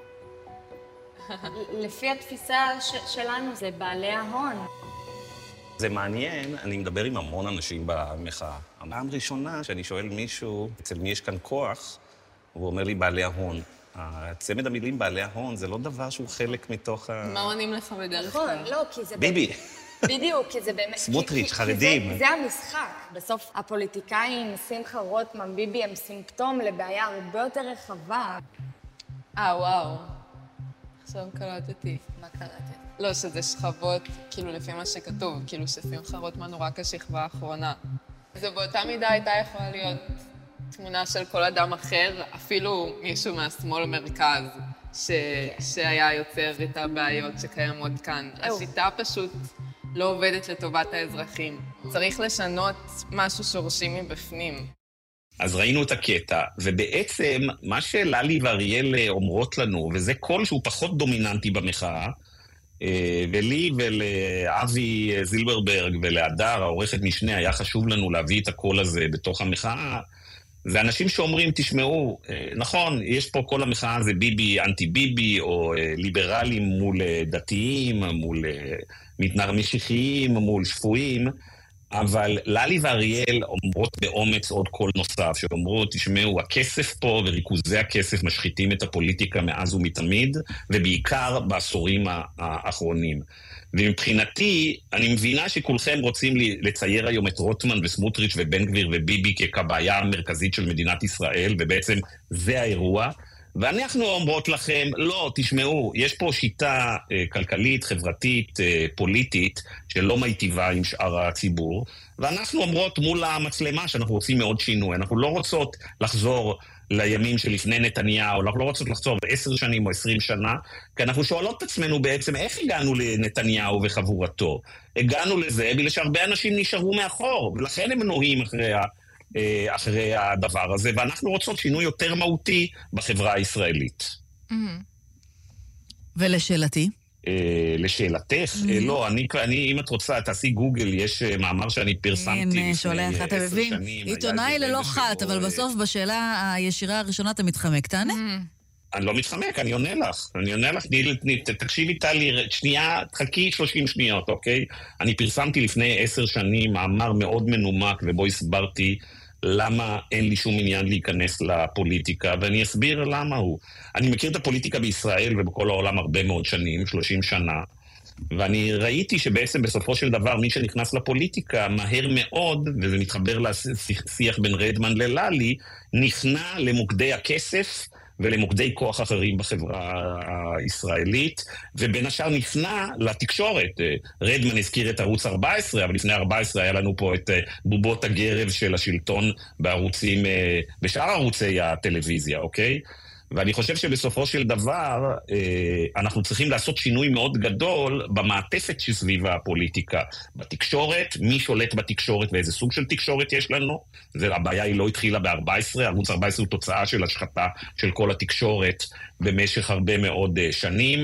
Speaker 7: לפי התפיסה שלנו זה בעלי ההון.
Speaker 2: זה מעניין, אני מדבר עם המון אנשים במחאה. הפעם ראשונה שאני שואל מישהו, אצל מי יש כאן כוח, הוא אומר לי בעלי ההון. צמד המילים בעלי ההון זה לא דבר שהוא חלק מתוך ה...
Speaker 6: מה עונים לך בדרך
Speaker 7: נכון,
Speaker 6: כלל?
Speaker 7: לא, כי זה...
Speaker 2: ביבי.
Speaker 7: בדיוק, כי זה באמת...
Speaker 2: סמוטריץ', חרדים.
Speaker 7: זה המשחק. בסוף הפוליטיקאים, שמחה רוטמן, ביבי, הם סימפטום לבעיה הרבה יותר רחבה.
Speaker 6: אה, וואו. עכשיו קלטתי.
Speaker 7: מה קראתי?
Speaker 6: לא, שזה שכבות, כאילו, לפי מה שכתוב, כאילו, ששמחה רוטמן הוא רק השכבה האחרונה. זה באותה מידה הייתה יכולה להיות תמונה של כל אדם אחר, אפילו מישהו מהשמאל מרכז, ש... שהיה יוצר את הבעיות שקיימות כאן. השיטה פשוט לא עובדת לטובת האזרחים. צריך לשנות משהו שורשי מבפנים.
Speaker 2: אז ראינו את הקטע, ובעצם מה שללי ואריאל אומרות לנו, וזה קול שהוא פחות דומיננטי במחאה, ולי ולאבי זילברברג ולהדר, העורכת משנה, היה חשוב לנו להביא את הקול הזה בתוך המחאה, זה אנשים שאומרים, תשמעו, נכון, יש פה כל המחאה, זה ביבי, אנטי ביבי, או ליברלים מול דתיים, מול משיחיים, מול שפויים, אבל ללי ואריאל אומרות באומץ עוד קול נוסף, שאומרות, תשמעו, הכסף פה וריכוזי הכסף משחיתים את הפוליטיקה מאז ומתמיד, ובעיקר בעשורים האחרונים. ומבחינתי, אני מבינה שכולכם רוצים לצייר היום את רוטמן וסמוטריץ' ובן גביר וביבי כבעיה המרכזית של מדינת ישראל, ובעצם זה האירוע. ואנחנו אומרות לכם, לא, תשמעו, יש פה שיטה אה, כלכלית, חברתית, אה, פוליטית, שלא מיטיבה עם שאר הציבור, ואנחנו אומרות מול המצלמה שאנחנו רוצים מאוד שינוי. אנחנו לא רוצות לחזור לימים שלפני נתניהו, אנחנו לא רוצות לחזור בעשר שנים או עשרים שנה, כי אנחנו שואלות את עצמנו בעצם איך הגענו לנתניהו וחבורתו. הגענו לזה בגלל שהרבה אנשים נשארו מאחור, ולכן הם נוהים אחרי ה... אחרי הדבר הזה, ואנחנו רוצות שינוי יותר מהותי בחברה הישראלית.
Speaker 1: ולשאלתי?
Speaker 2: לשאלתך? לא, אני, אם את רוצה, תעשי גוגל, יש מאמר שאני פרסמתי לפני עשר שנים.
Speaker 1: עיתונאי ללא חת, אבל בסוף בשאלה הישירה הראשונה אתה מתחמק, תענה?
Speaker 2: אני לא מתחמק, אני עונה לך. אני עונה לך, תקשיבי טלי, שנייה, תחכי שלושים שניות, אוקיי? אני פרסמתי לפני עשר שנים מאמר מאוד מנומק, ובו הסברתי למה אין לי שום עניין להיכנס לפוליטיקה, ואני אסביר למה הוא. אני מכיר את הפוליטיקה בישראל ובכל העולם הרבה מאוד שנים, שלושים שנה, ואני ראיתי שבעצם בסופו של דבר מי שנכנס לפוליטיקה מהר מאוד, וזה מתחבר לשיח בין רדמן לללי, נכנע למוקדי הכסף, ולמוקדי כוח אחרים בחברה הישראלית, ובין השאר נפנה לתקשורת. רדמן הזכיר את ערוץ ארבע עשרה, אבל לפני ארבע עשרה היה לנו פה את בובות הגרב של השלטון בערוצים, בשאר ערוצי הטלוויזיה, אוקיי? ואני חושב שבסופו של דבר אנחנו צריכים לעשות שינוי מאוד גדול במעטפת שסביב הפוליטיקה. בתקשורת, מי שולט בתקשורת ואיזה סוג של תקשורת יש לנו? הבעיה היא לא התחילה ב-ארבע עשרה, ערוץ ארבע עשרה הוא תוצאה של השחתה של כל התקשורת במשך הרבה מאוד שנים.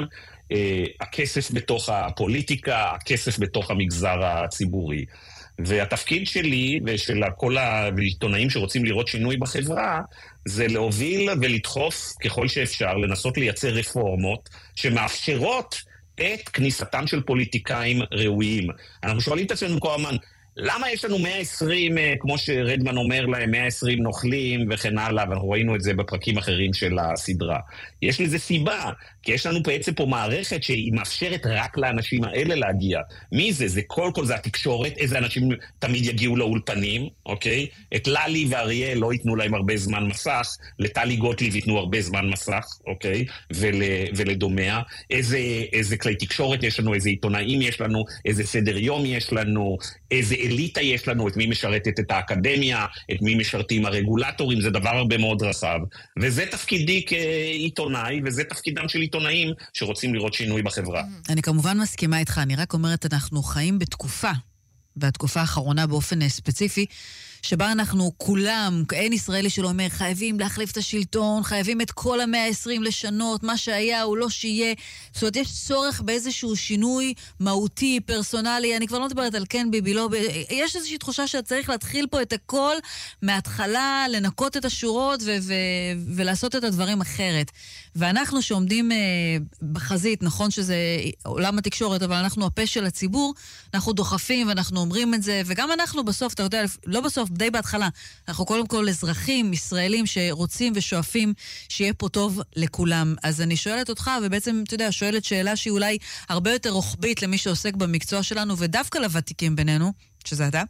Speaker 2: הכסף בתוך הפוליטיקה, הכסף בתוך המגזר הציבורי. והתפקיד שלי ושל כל העיתונאים שרוצים לראות שינוי בחברה, זה להוביל ולדחוף ככל שאפשר, לנסות לייצר רפורמות שמאפשרות את כניסתם של פוליטיקאים ראויים. אנחנו שואלים את עצמנו כל הזמן, למה יש לנו מאה ועשרים, כמו שרדמן אומר להם, מאה ועשרים נוכלים וכן הלאה, ואנחנו ראינו את זה בפרקים אחרים של הסדרה. יש לזה סיבה, כי יש לנו בעצם פה מערכת שהיא מאפשרת רק לאנשים האלה להגיע. מי זה? זה כל כל זה התקשורת, איזה אנשים תמיד יגיעו לאולפנים, אוקיי? את ללי ואריאל לא ייתנו להם הרבה זמן מסך, לטלי גוטליב ייתנו הרבה זמן מסך, אוקיי? ול, ולדומיה. איזה, איזה כלי תקשורת יש לנו, איזה עיתונאים יש לנו, איזה סדר יום יש לנו, איזה אליטה יש לנו, את מי משרתת את האקדמיה, את מי משרתים הרגולטורים, זה דבר הרבה מאוד רחב. וזה תפקידי כעיתונאי, וזה תפקידם של עיתונאים שרוצים לראות שינוי בחברה.
Speaker 1: אני כמובן מסכימה איתך, אני רק אומרת, אנחנו חיים בתקופה, והתקופה האחרונה באופן ספציפי, שבה אנחנו כולם, אין ישראלי שלא אומר, חייבים להחליף את השלטון, חייבים את כל המאה ה-עשרים לשנות, מה שהיה הוא לא שיהיה. זאת אומרת, יש צורך באיזשהו שינוי מהותי, פרסונלי, אני כבר לא מדברת על כן ביבי, לא, יש איזושהי תחושה שצריך להתחיל פה את הכל מההתחלה, לנקות את השורות ו- ו- ולעשות את הדברים אחרת. ואנחנו שעומדים אה, בחזית, נכון שזה עולם התקשורת, אבל אנחנו הפה של הציבור, אנחנו דוחפים ואנחנו אומרים את זה, וגם אנחנו בסוף, אתה יודע, לא בסוף, די בהתחלה, אנחנו קודם כל אזרחים, ישראלים שרוצים ושואפים שיהיה פה טוב לכולם. אז אני שואלת אותך, ובעצם, אתה יודע, שואלת שאלה שהיא אולי הרבה יותר רוחבית למי שעוסק במקצוע שלנו, ודווקא לוותיקים בינינו, שזה אתה,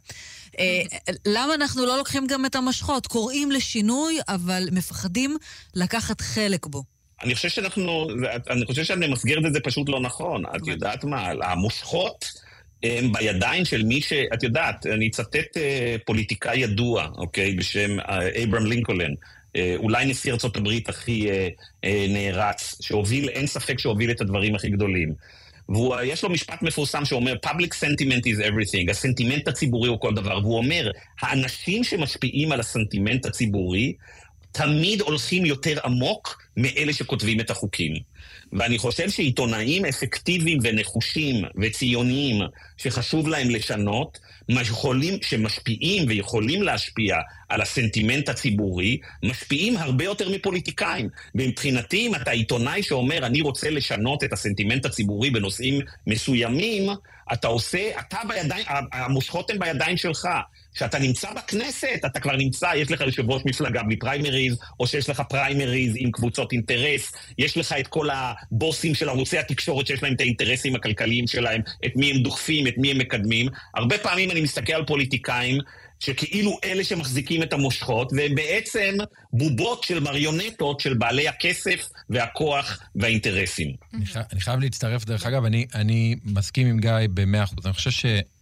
Speaker 1: למה אנחנו לא לוקחים גם את המשכות? קוראים לשינוי, אבל מפחדים לקחת חלק בו.
Speaker 2: אני חושב שאנחנו, אני חושב שאני מסגרת את זה פשוט לא נכון. את יודעת מה, המושכות הם בידיים של מי ש... את יודעת, אני אצטט פוליטיקאי ידוע, אוקיי, בשם אברהם לינקולן, אולי נשיא ארצות הברית הכי נערץ, שהוביל, אין ספק שהוביל את הדברים הכי גדולים. ויש לו משפט מפורסם שאומר, public sentiment is everything, הסנטימנט הציבורי הוא כל דבר, והוא אומר, האנשים שמשפיעים על הסנטימנט הציבורי, תמיד הולכים יותר עמוק מאלה שכותבים את החוקים. ואני חושב שעיתונאים אפקטיביים ונחושים וציוניים שחשוב להם לשנות, יכולים, שמשפיעים ויכולים להשפיע על הסנטימנט הציבורי, משפיעים הרבה יותר מפוליטיקאים. ומבחינתי, אם אתה עיתונאי שאומר, אני רוצה לשנות את הסנטימנט הציבורי בנושאים מסוימים, אתה עושה, אתה בידיים, המושכות הן בידיים שלך. כשאתה נמצא בכנסת, אתה כבר נמצא, יש לך יושב ראש מפלגה בלי פריימריז, או שיש לך פריימריז עם קבוצות אינטרס, יש לך את כל הבוסים של ערוצי התקשורת שיש להם את האינטרסים הכלכליים שלהם, את מי הם דוחפים, את מי הם מקדמים. הרבה פעמים אני מסתכל על פוליטיקאים, שכאילו אלה שמחזיקים את המושכות, והם בעצם בובות של מריונטות של בעלי הכסף והכוח והאינטרסים.
Speaker 5: אני, חי... אני חייב להצטרף, דרך אגב, אני, אני מסכים עם גיא ב-מאה אחוז. אני חושב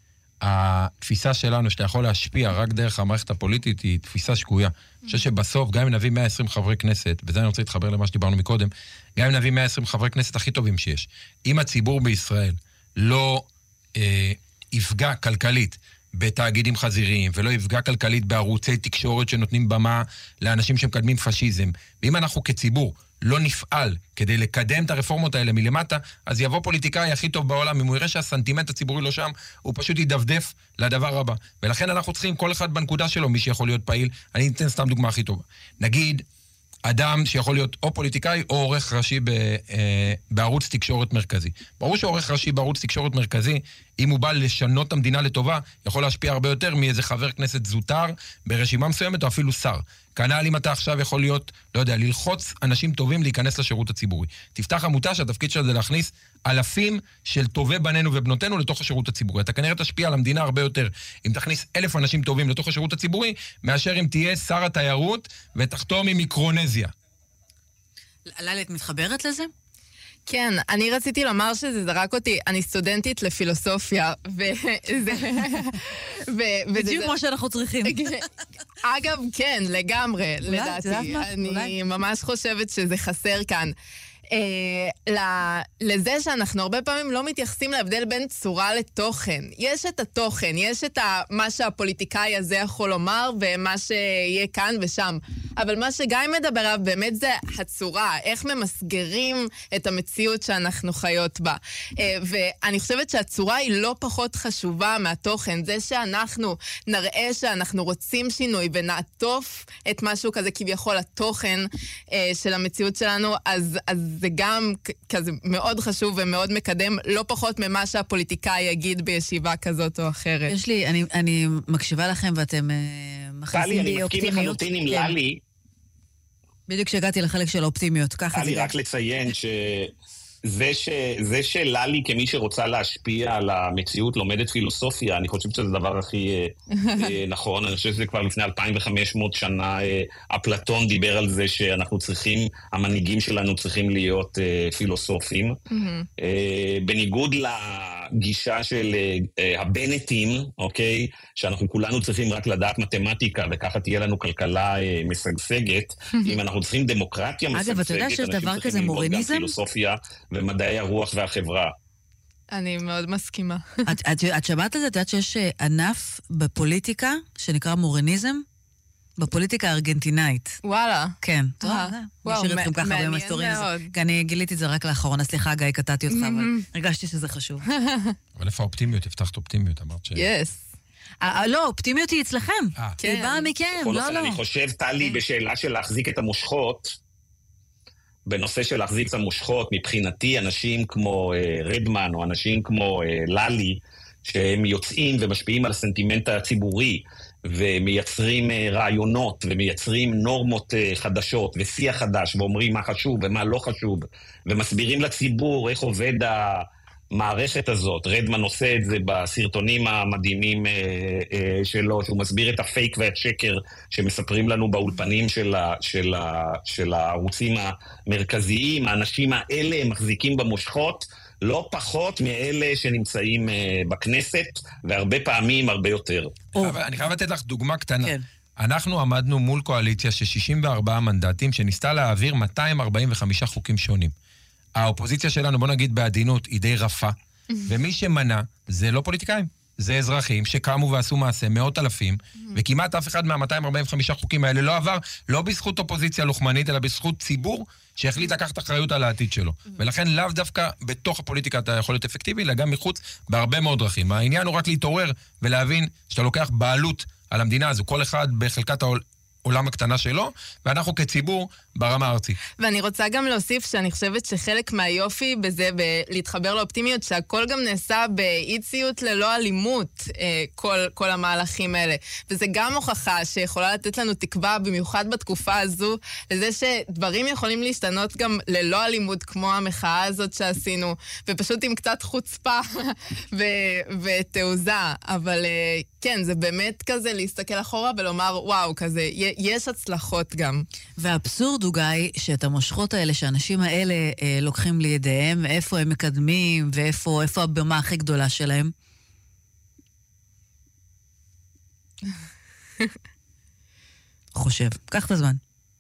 Speaker 5: שהתפיסה שלנו, שאתה יכול להשפיע רק דרך המערכת הפוליטית, היא תפיסה שקויה. אני חושב שבסוף, גם אם נביא מאה ועשרים חברי כנסת, וזה אני רוצה להתחבר למה שדיברנו מקודם, גם אם נביא מאה ועשרים חברי כנסת הכי טובים שיש, אם הציבור בישראל לא אה, יפגע כלכלית, בתאגידים חזיריים, ולא יפגע כלכלית בערוצי תקשורת שנותנים במה לאנשים שמקדמים פשיזם. ואם אנחנו כציבור לא נפעל כדי לקדם את הרפורמות האלה מלמטה, אז יבוא פוליטיקאי הכי טוב בעולם, אם הוא יראה שהסנטימנט הציבורי לא שם, הוא פשוט ידפדף לדבר הבא. ולכן אנחנו צריכים כל אחד בנקודה שלו, מי שיכול להיות פעיל. אני אתן סתם דוגמה הכי טובה. נגיד, אדם שיכול להיות או פוליטיקאי או עורך ראשי ב, אה, בערוץ תקשורת מרכזי. ברור שעורך ראשי בערוץ תקשורת מרכזי, אם הוא בא לשנות את המדינה לטובה, יכול להשפיע הרבה יותר מאיזה חבר כנסת זוטר ברשימה מסוימת או אפילו שר. כנ"ל אם אתה עכשיו יכול להיות, לא יודע, ללחוץ אנשים טובים להיכנס לשירות הציבורי. תפתח עמותה שהתפקיד שלה זה להכניס אלפים של טובי בנינו ובנותינו לתוך השירות הציבורי. אתה כנראה תשפיע על המדינה הרבה יותר אם תכניס אלף אנשים טובים לתוך השירות הציבורי, מאשר אם תהיה שר התיירות ותחתום עם מיקרונזיה.
Speaker 1: ללי, את מתחברת לזה?
Speaker 6: כן, אני רציתי לומר שזה זרק אותי, אני סטודנטית לפילוסופיה, וזה...
Speaker 1: בדיוק כמו שאנחנו צריכים.
Speaker 6: אגב, כן, לגמרי, לדעתי. אני ממש חושבת שזה חסר כאן. לזה שאנחנו הרבה פעמים לא מתייחסים להבדל בין צורה לתוכן. יש את התוכן, יש את מה שהפוליטיקאי הזה יכול לומר ומה שיהיה כאן ושם. אבל מה שגיא מדבר עליו באמת זה הצורה, איך ממסגרים את המציאות שאנחנו חיות בה. ואני חושבת שהצורה היא לא פחות חשובה מהתוכן. זה שאנחנו נראה שאנחנו רוצים שינוי ונעטוף את משהו כזה כביכול התוכן של המציאות שלנו, אז, אז זה גם כזה מאוד חשוב ומאוד מקדם, לא פחות ממה שהפוליטיקאי יגיד בישיבה כזאת או אחרת.
Speaker 1: יש לי, אני, אני מקשיבה לכם ואתם מכניסים בי אופטימיות.
Speaker 2: אני מסכים לחלוטין עם ללי.
Speaker 1: בדיוק שהגעתי לחלק של האופטימיות, ככה זה.
Speaker 2: אני רק לציין ש... זה, ש... זה שללי כמי שרוצה להשפיע על המציאות לומדת פילוסופיה, אני חושב שזה הדבר הכי נכון. אני חושב שזה כבר לפני אלפיים וחמש מאות שנה, אפלטון דיבר על זה שאנחנו צריכים, המנהיגים שלנו צריכים להיות פילוסופים. בניגוד לגישה של הבנטים, אוקיי? שאנחנו כולנו צריכים רק לדעת מתמטיקה, וככה תהיה לנו כלכלה משגשגת. אם אנחנו צריכים דמוקרטיה משגשגת,
Speaker 1: אגב, אתה יודע שיש דבר כזה מוריניזם?
Speaker 2: פילוסופיה ומדעי הרוח והחברה.
Speaker 6: אני מאוד מסכימה.
Speaker 1: את, את, את שמעת על זה? את יודעת שיש ענף בפוליטיקה שנקרא מורניזם? בפוליטיקה הארגנטינאית.
Speaker 6: וואלה.
Speaker 1: כן.
Speaker 6: וואו,
Speaker 1: מעניין מאוד. אני גיליתי את זה רק לאחרונה, סליחה גיא, קטעתי אותך, אבל הרגשתי שזה חשוב.
Speaker 5: אבל איפה האופטימיות? הבטחת אופטימיות, אמרת ש...
Speaker 6: יס.
Speaker 1: לא, אופטימיות היא אצלכם. היא באה מכם, לא, לא.
Speaker 2: אני חושב, טלי, בשאלה של להחזיק את המושכות, בנושא של להחזיק את המושכות, מבחינתי אנשים כמו רדמן או אנשים כמו ללי, שהם יוצאים ומשפיעים על הסנטימנט הציבורי, ומייצרים רעיונות, ומייצרים נורמות חדשות, ושיח חדש, ואומרים מה חשוב ומה לא חשוב, ומסבירים לציבור איך עובד המערכת הזאת. רדמן עושה את זה בסרטונים המדהימים שלו, שהוא מסביר את הפייק והשקר שמספרים לנו באולפנים של, ה, של, ה, של הערוצים המרכזיים. האנשים האלה הם מחזיקים במושכות, לא פחות מאלה שנמצאים בכנסת, והרבה פעמים הרבה יותר.
Speaker 5: אני חייב לתת לך דוגמה קטנה. אנחנו עמדנו מול קואליציה של שישים וארבעה מנדטים, שניסתה להעביר מאתיים ארבעים וחמישה חוקים שונים. האופוזיציה שלנו, בוא נגיד בעדינות, היא די רפה, ומי שמנע זה לא פוליטיקאים. זה אזרחים שקמו ועשו מעשה, מאות אלפים, וכמעט אף אחד מה-מאתיים ארבעים וחמישה חוקים האלה לא עבר, לא בזכות אופוזיציה לוחמנית, אלא בזכות ציבור שהחליט לקחת אחריות על העתיד שלו. ולכן לאו דווקא בתוך הפוליטיקה אתה יכול להיות אפקטיבי, אלא גם מחוץ בהרבה מאוד דרכים. העניין הוא רק להתעורר ולהבין שאתה לוקח בעלות על המדינה הזו, כל אחד בחלקת העולם הקטנה שלו, ואנחנו כציבור ברמה הארצית.
Speaker 6: ואני רוצה גם להוסיף שאני חושבת שחלק מהיופי בזה, בלהתחבר לאופטימיות, שהכל גם נעשה באי ציות ללא אלימות, כל, כל המהלכים האלה. וזה גם הוכחה שיכולה לתת לנו תקווה, במיוחד בתקופה הזו, לזה שדברים יכולים להשתנות גם ללא אלימות, כמו המחאה הזאת שעשינו, ופשוט עם קצת חוצפה ו- ותעוזה. אבל כן, זה באמת כזה להסתכל אחורה ולומר, וואו, כזה, יש הצלחות גם.
Speaker 1: והאבסורד הוא גיא, שאת המושכות האלה, שאנשים האלה אה, לוקחים לידיהם, איפה הם מקדמים, ואיפה איפה הבמה הכי גדולה שלהם? חושב, קח את הזמן.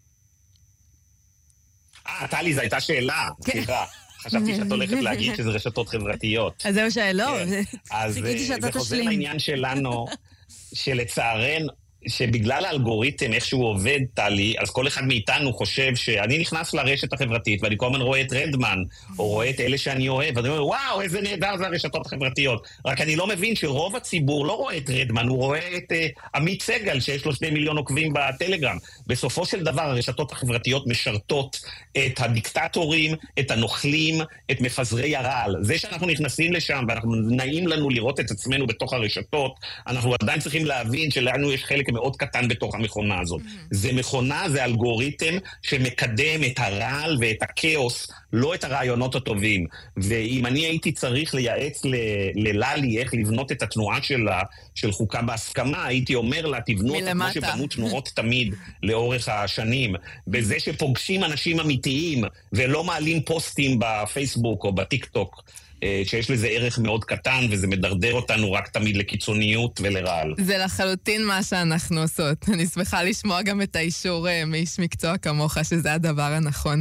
Speaker 2: אה, טלי, זו הייתה שאלה, סליחה. חשבתי שאת הולכת להגיד שזה רשתות חברתיות.
Speaker 1: אז זה מה שלא.
Speaker 2: אז זה חוזר לעניין שלנו, שלצערן, שבגלל האלגוריתם, איך שהוא עובד, טלי, אז כל אחד מאיתנו חושב שאני נכנס לרשת החברתית, ואני כל הזמן רואה את רדמן, או רואה את אלה שאני אוהב, ואני אומר, וואו, איזה נהדר זה הרשתות החברתיות. רק אני לא מבין שרוב הציבור לא רואה את רדמן, הוא רואה את uh, עמית סגל, שיש לו שני מיליון עוקבים בטלגרם. בסופו של דבר, הרשתות החברתיות משרתות את הדיקטטורים, את הנוכלים, את מפזרי הרעל. זה שאנחנו נכנסים לשם, ואנחנו נעים לנו לראות את עצמנו בתוך הרשתות, אנחנו עדיין צריכים להבין שלנו יש חלק מאוד קטן בתוך המכונה הזאת. זה מכונה, זה אלגוריתם שמקדם את הרעל ואת הכאוס, לא את הרעיונות הטובים. ואם אני הייתי צריך לייעץ לללי איך לבנות את התנועה שלה, של חוקה בהסכמה, הייתי אומר לה, תבנו אותה כמו שבנו תנועות תמיד לאורך השנים, בזה שפוגשים אנשים אמיתיים, ולא מעלים פוסטים בפייסבוק או בטיק טוק, שיש לזה ערך מאוד קטן, וזה מדרדר אותנו רק תמיד לקיצוניות ולרעל.
Speaker 6: זה לחלוטין מה שאנחנו עושות. אני שמחה לשמוע גם את האישור מאיש מקצוע כמוך, שזה הדבר הנכון.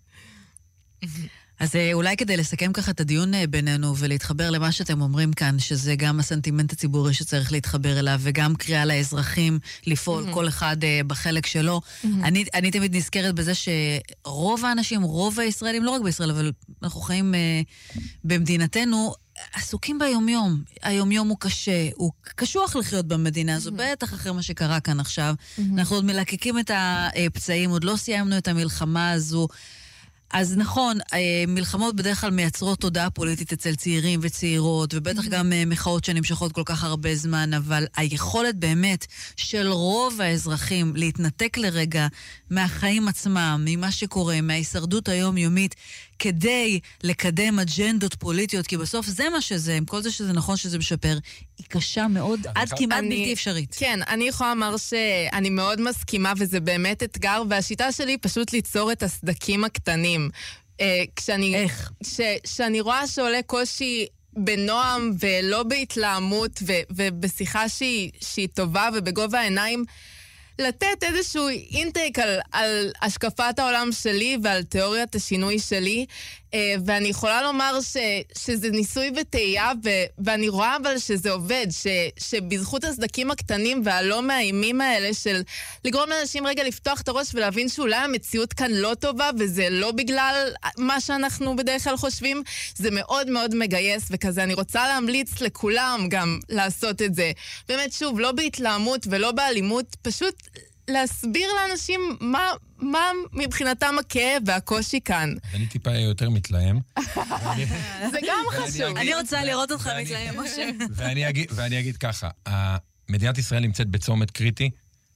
Speaker 1: אז אולי כדי לסכם ככה את הדיון בינינו ולהתחבר למה שאתם אומרים כאן, שזה גם הסנטימנט הציבורי שצריך להתחבר אליו, וגם קריאה לאזרחים לפעול כל אחד בחלק שלו. אני, אני תמיד נזכרת בזה שרוב האנשים, רוב הישראלים, לא רק בישראל, אבל אנחנו חיים במדינתנו, עסוקים ביומיום. היומיום הוא קשה, הוא קשוח לחיות במדינה הזו, בטח אחרי מה שקרה כאן עכשיו. אנחנו עוד מלקקים את הפצעים, עוד לא סיימנו את המלחמה הזו. אז נכון, מלחמות בדרך כלל מייצרות תודעה פוליטית אצל צעירים וצעירות, ובטח גם מחאות שנמשכות כל כך הרבה זמן, אבל היכולת באמת של רוב האזרחים להתנתק לרגע מהחיים עצמם, ממה שקורה, מההישרדות היומיומית, כדי לקדם אג'נדות פוליטיות, כי בסוף זה מה שזה, עם כל זה שזה נכון שזה משפר, היא קשה מאוד, עד כמעט בלתי אפשרית.
Speaker 6: כן, אני יכולה לומר שאני מאוד מסכימה, וזה באמת אתגר, והשיטה שלי פשוט ליצור את הסדקים הקטנים. כשאני,
Speaker 1: איך?
Speaker 6: שאני רואה שעולה קושי בנועם ולא בהתלהמות, ו, ובשיחה שהיא, שהיא טובה ובגובה העיניים, לתת איזשהו אינטייק על, על השקפת העולם שלי ועל תיאוריית השינוי שלי, ואני יכולה לומר ש, שזה ניסוי וטעייה, ו, ואני רואה אבל שזה עובד, ש, שבזכות הסדקים הקטנים והלא מאיימים האלה של לגרום לאנשים רגע לפתוח את הראש ולהבין שאולי המציאות כאן לא טובה, וזה לא בגלל מה שאנחנו בדרך כלל חושבים, זה מאוד מאוד מגייס, וכזה אני רוצה להמליץ לכולם גם לעשות את זה. באמת שוב, לא בהתלהמות ולא באלימות, פשוט להסביר לאנשים מה, מה מבחינתם הכאב והקושי כאן.
Speaker 5: אני טיפה יותר מתלהם.
Speaker 6: זה גם חשוב.
Speaker 1: אני רוצה לראות אותך מתלהם, משה.
Speaker 5: ואני אגיד ככה, מדינת ישראל נמצאת בצומת קריטי,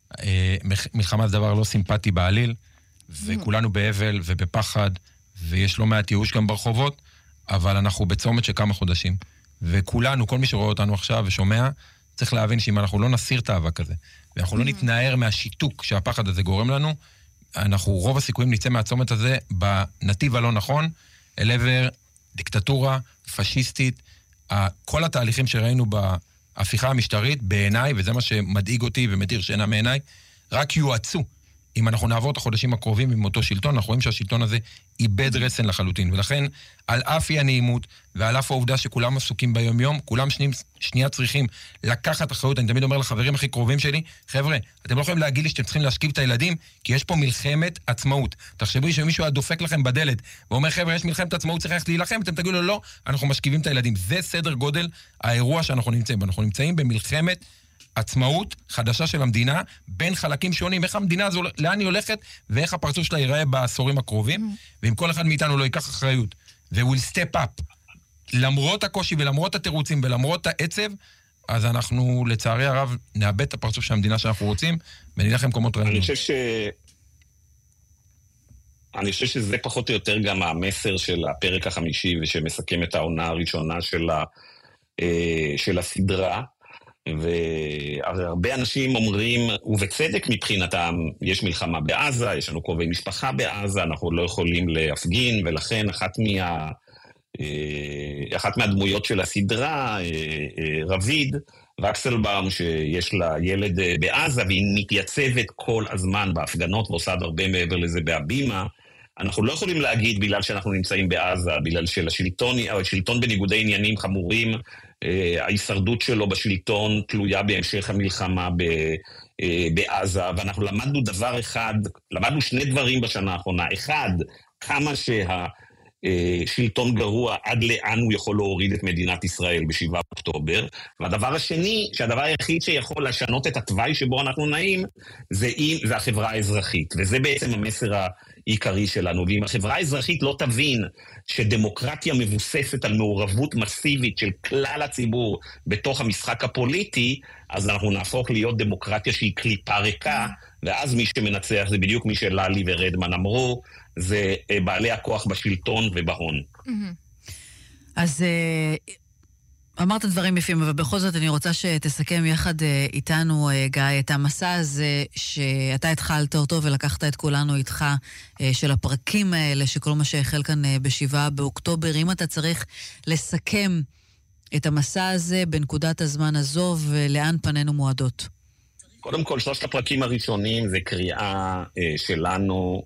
Speaker 5: מלחמה זה דבר לא סימפטי בעליל, וכולנו באבל ובפחד, ויש לא מעט ייאוש גם ברחובות, אבל אנחנו בצומת של כמה חודשים. וכולנו, כל מי שרואה אותנו עכשיו ושומע, צריך להבין שאם אנחנו לא נסיר את האבק הזה, ואנחנו לא נתנער מהשיתוק שהפחד הזה גורם לנו, אנחנו רוב הסיכויים נצא מהצומת הזה בנתיב הלא נכון, אל עבר דיקטטורה, פשיסטית, כל התהליכים שראינו בהפיכה המשטרית, בעיניי, וזה מה שמדאיג אותי ומדיר שינה מעיניי, רק יועצו. אם אנחנו נעבור את החודשים הקרובים עם אותו שלטון, אנחנו רואים שהשלטון הזה איבד רסן לחלוטין. ולכן, על אף אי הנעימות, ועל אף העובדה שכולם עסוקים ביום יום, כולם שני, שנייה צריכים לקחת אחריות. אני תמיד אומר לחברים הכי קרובים שלי, חבר'ה, אתם לא יכולים להגיד לי שאתם צריכים להשכיב את הילדים, כי יש פה מלחמת עצמאות. תחשבו שמישהו דופק לכם בדלת, ואומר, חבר'ה, יש מלחמת עצמאות, צריך ללכת להילחם, אתם תגידו לו, לא, אנחנו משכיבים את הילדים. זה סדר גודל האירוע שאנחנו נמצאים. אנחנו נמצאים במלחמת עצמאות חדשה של המדינה, בין חלקים שונים, איך המדינה הזו, לאן היא הולכת, ואיך הפרצוף שלה ייראה בעשורים הקרובים, ואם כל אחד מאיתנו לא ייקח אחריות, ו-will step up, למרות הקושי ולמרות התירוצים ולמרות העצב, אז אנחנו לצערי הרב נאבד את הפרצוף של המדינה שאנחנו רוצים, ונלך למקומות רעים.
Speaker 2: אני חושב ש... אני חושב שזה פחות או יותר גם המסר של הפרק החמישי, ושמסכם את העונה הראשונה של, ה... של הסדרה, והרבה אנשים אומרים, ובצדק מבחינתם, יש מלחמה בעזה, יש לנו קרובי משפחה בעזה, אנחנו לא יכולים להפגין, ולכן אחת מה... אחת מהדמויות של הסדרה, רביד, וקסלבאום, שיש לה ילד בעזה, והיא מתייצבת כל הזמן בהפגנות, ועושה הרבה מעבר לזה בהבימה, אנחנו לא יכולים להגיד בגלל שאנחנו נמצאים בעזה, בגלל שלשלטון, השלטון בניגודי עניינים חמורים, ההישרדות שלו בשלטון תלויה בהמשך המלחמה בעזה, ואנחנו למדנו דבר אחד, למדנו שני דברים בשנה האחרונה. אחד, כמה שהשלטון גרוע, עד לאן הוא יכול להוריד את מדינת ישראל בשבעה באוקטובר, והדבר השני, שהדבר היחיד שיכול לשנות את התוואי שבו אנחנו נעים, זה, זה החברה האזרחית, וזה בעצם המסר העיקרי שלנו. ואם החברה האזרחית לא תבין שדמוקרטיה מבוססת על מעורבות מסיבית של כלל הציבור בתוך המשחק הפוליטי, אז אנחנו נהפוך להיות דמוקרטיה שהיא קליפה ריקה, ואז מי שמנצח זה בדיוק מי שללי ורדמן אמרו, זה בעלי הכוח בשלטון ובהון.
Speaker 1: אז אמרת דברים יפים, אבל בכל זאת אני רוצה שתסכם יחד איתנו, גיא, את המסע הזה שאתה התחלת אותו ולקחת את כולנו איתך, של הפרקים האלה, שכל מה שהחל כאן בשבעה באוקטובר. אם אתה צריך לסכם את המסע הזה בנקודת הזמן הזו, ולאן פנינו מועדות?
Speaker 2: קודם כל, שלושת הפרקים הראשונים זה קריאה שלנו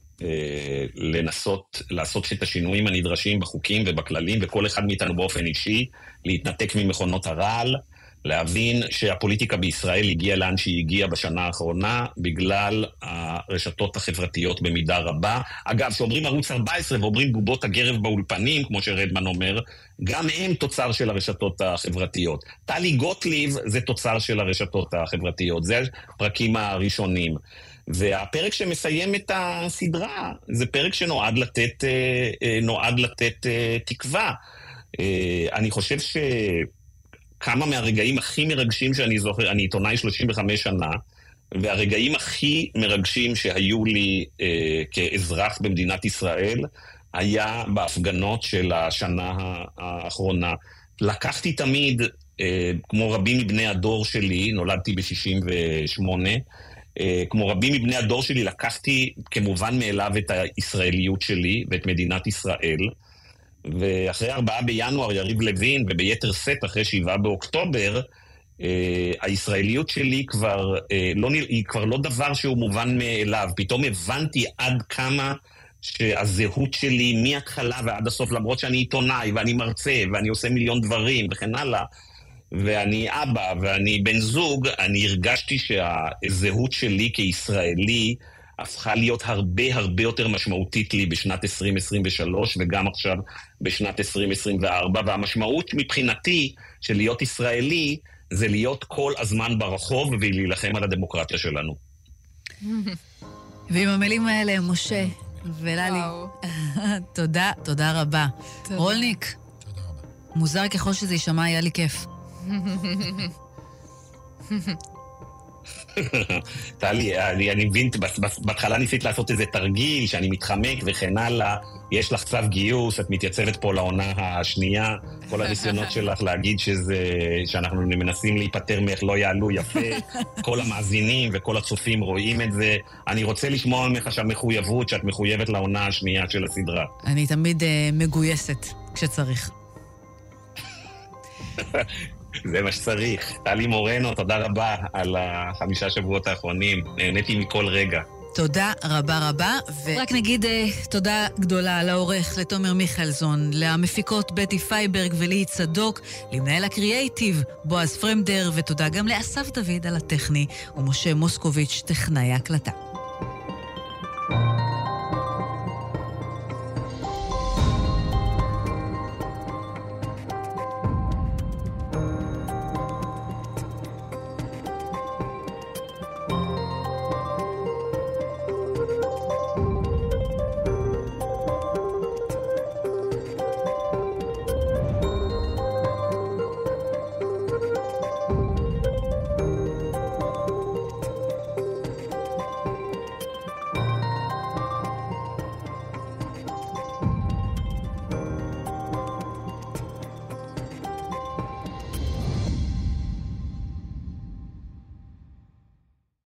Speaker 2: לנסות לעשות את השינויים הנדרשים בחוקים ובכללים, וכל אחד מאיתנו באופן אישי, להתנתק ממכונות הרעל, להבין שהפוליטיקה בישראל הגיעה לאן שהיא הגיעה בשנה האחרונה, בגלל הרשתות החברתיות במידה רבה. אגב, שאומרים ערוץ ארבע עשרה ואומרים בובות הגרב באולפנים, כמו שרדמן אומר, גם הם תוצר של הרשתות החברתיות. טלי גוטליב זה תוצר של הרשתות החברתיות. זה הפרקים הראשונים. והפרק שמסיים את הסדרה, זה פרק שנועד לתת, נועד לתת תקווה. אני חושב שכמה מהרגעים הכי מרגשים שאני זוכר, אני עיתונאי שלושים וחמש שנה, והרגעים הכי מרגשים שהיו לי כאזרח במדינת ישראל, היה בהפגנות של השנה האחרונה. לקחתי תמיד, כמו רבים מבני הדור שלי, נולדתי ב-שישים ושמונה, כמו רבים מבני הדור שלי, לקחתי כמובן מאליו את הישראליות שלי ואת מדינת ישראל, ואחרי ארבעה בינואר יריב לוין, וביתר סט אחרי שבעה באוקטובר, הישראליות שלי כבר לא, היא כבר לא דבר שהוא מובן מאליו. פתאום הבנתי עד כמה שהזהות שלי מההתחלה ועד הסוף, למרות שאני עיתונאי ואני מרצה ואני עושה מיליון דברים וכן הלאה, ואני אבא ואני בן זוג, אני הרגשתי שהזהות שלי כישראלי הפכה להיות הרבה הרבה יותר משמעותית לי בשנת עשרים עשרים ושלוש וגם עכשיו בשנת עשרים עשרים וארבע, והמשמעות מבחינתי של להיות ישראלי זה להיות כל הזמן ברחוב ולהילחם על הדמוקרטיה שלנו.
Speaker 1: ועם המילים האלה, משה וללי, תודה, תודה רבה. רולניק,
Speaker 5: תודה רבה.
Speaker 1: מוזר ככל שזה יישמע, היה לי כיף.
Speaker 2: טלי, אני, אני מבין, בהתחלה ניסית לעשות איזה תרגיל שאני מתחמק וכן הלאה, יש לך צו גיוס, את מתייצבת פה לעונה השנייה, כל הניסיונות שלך להגיד שזה, שאנחנו מנסים להיפטר מאיך לא יעלו יפה, כל המאזינים וכל הצופים רואים את זה. אני רוצה לשמוע ממך שהמחויבות, שאת מחויבת לעונה השנייה של הסדרה.
Speaker 1: אני תמיד uh, מגויסת כשצריך.
Speaker 2: זה מה שצריך. טלי מורנו, תודה רבה על החמישה שבועות האחרונים. נהניתי מכל רגע.
Speaker 1: תודה רבה רבה, ורק נגיד uh, תודה גדולה לעורך, לתומר מיכלזון, למפיקות בטי פייברג ולי צדוק, למנהל הקריאייטיב בועז פרמדר, ותודה גם לאסף דוד על הטכני, ומשה מוסקוביץ' טכנאי הקלטה.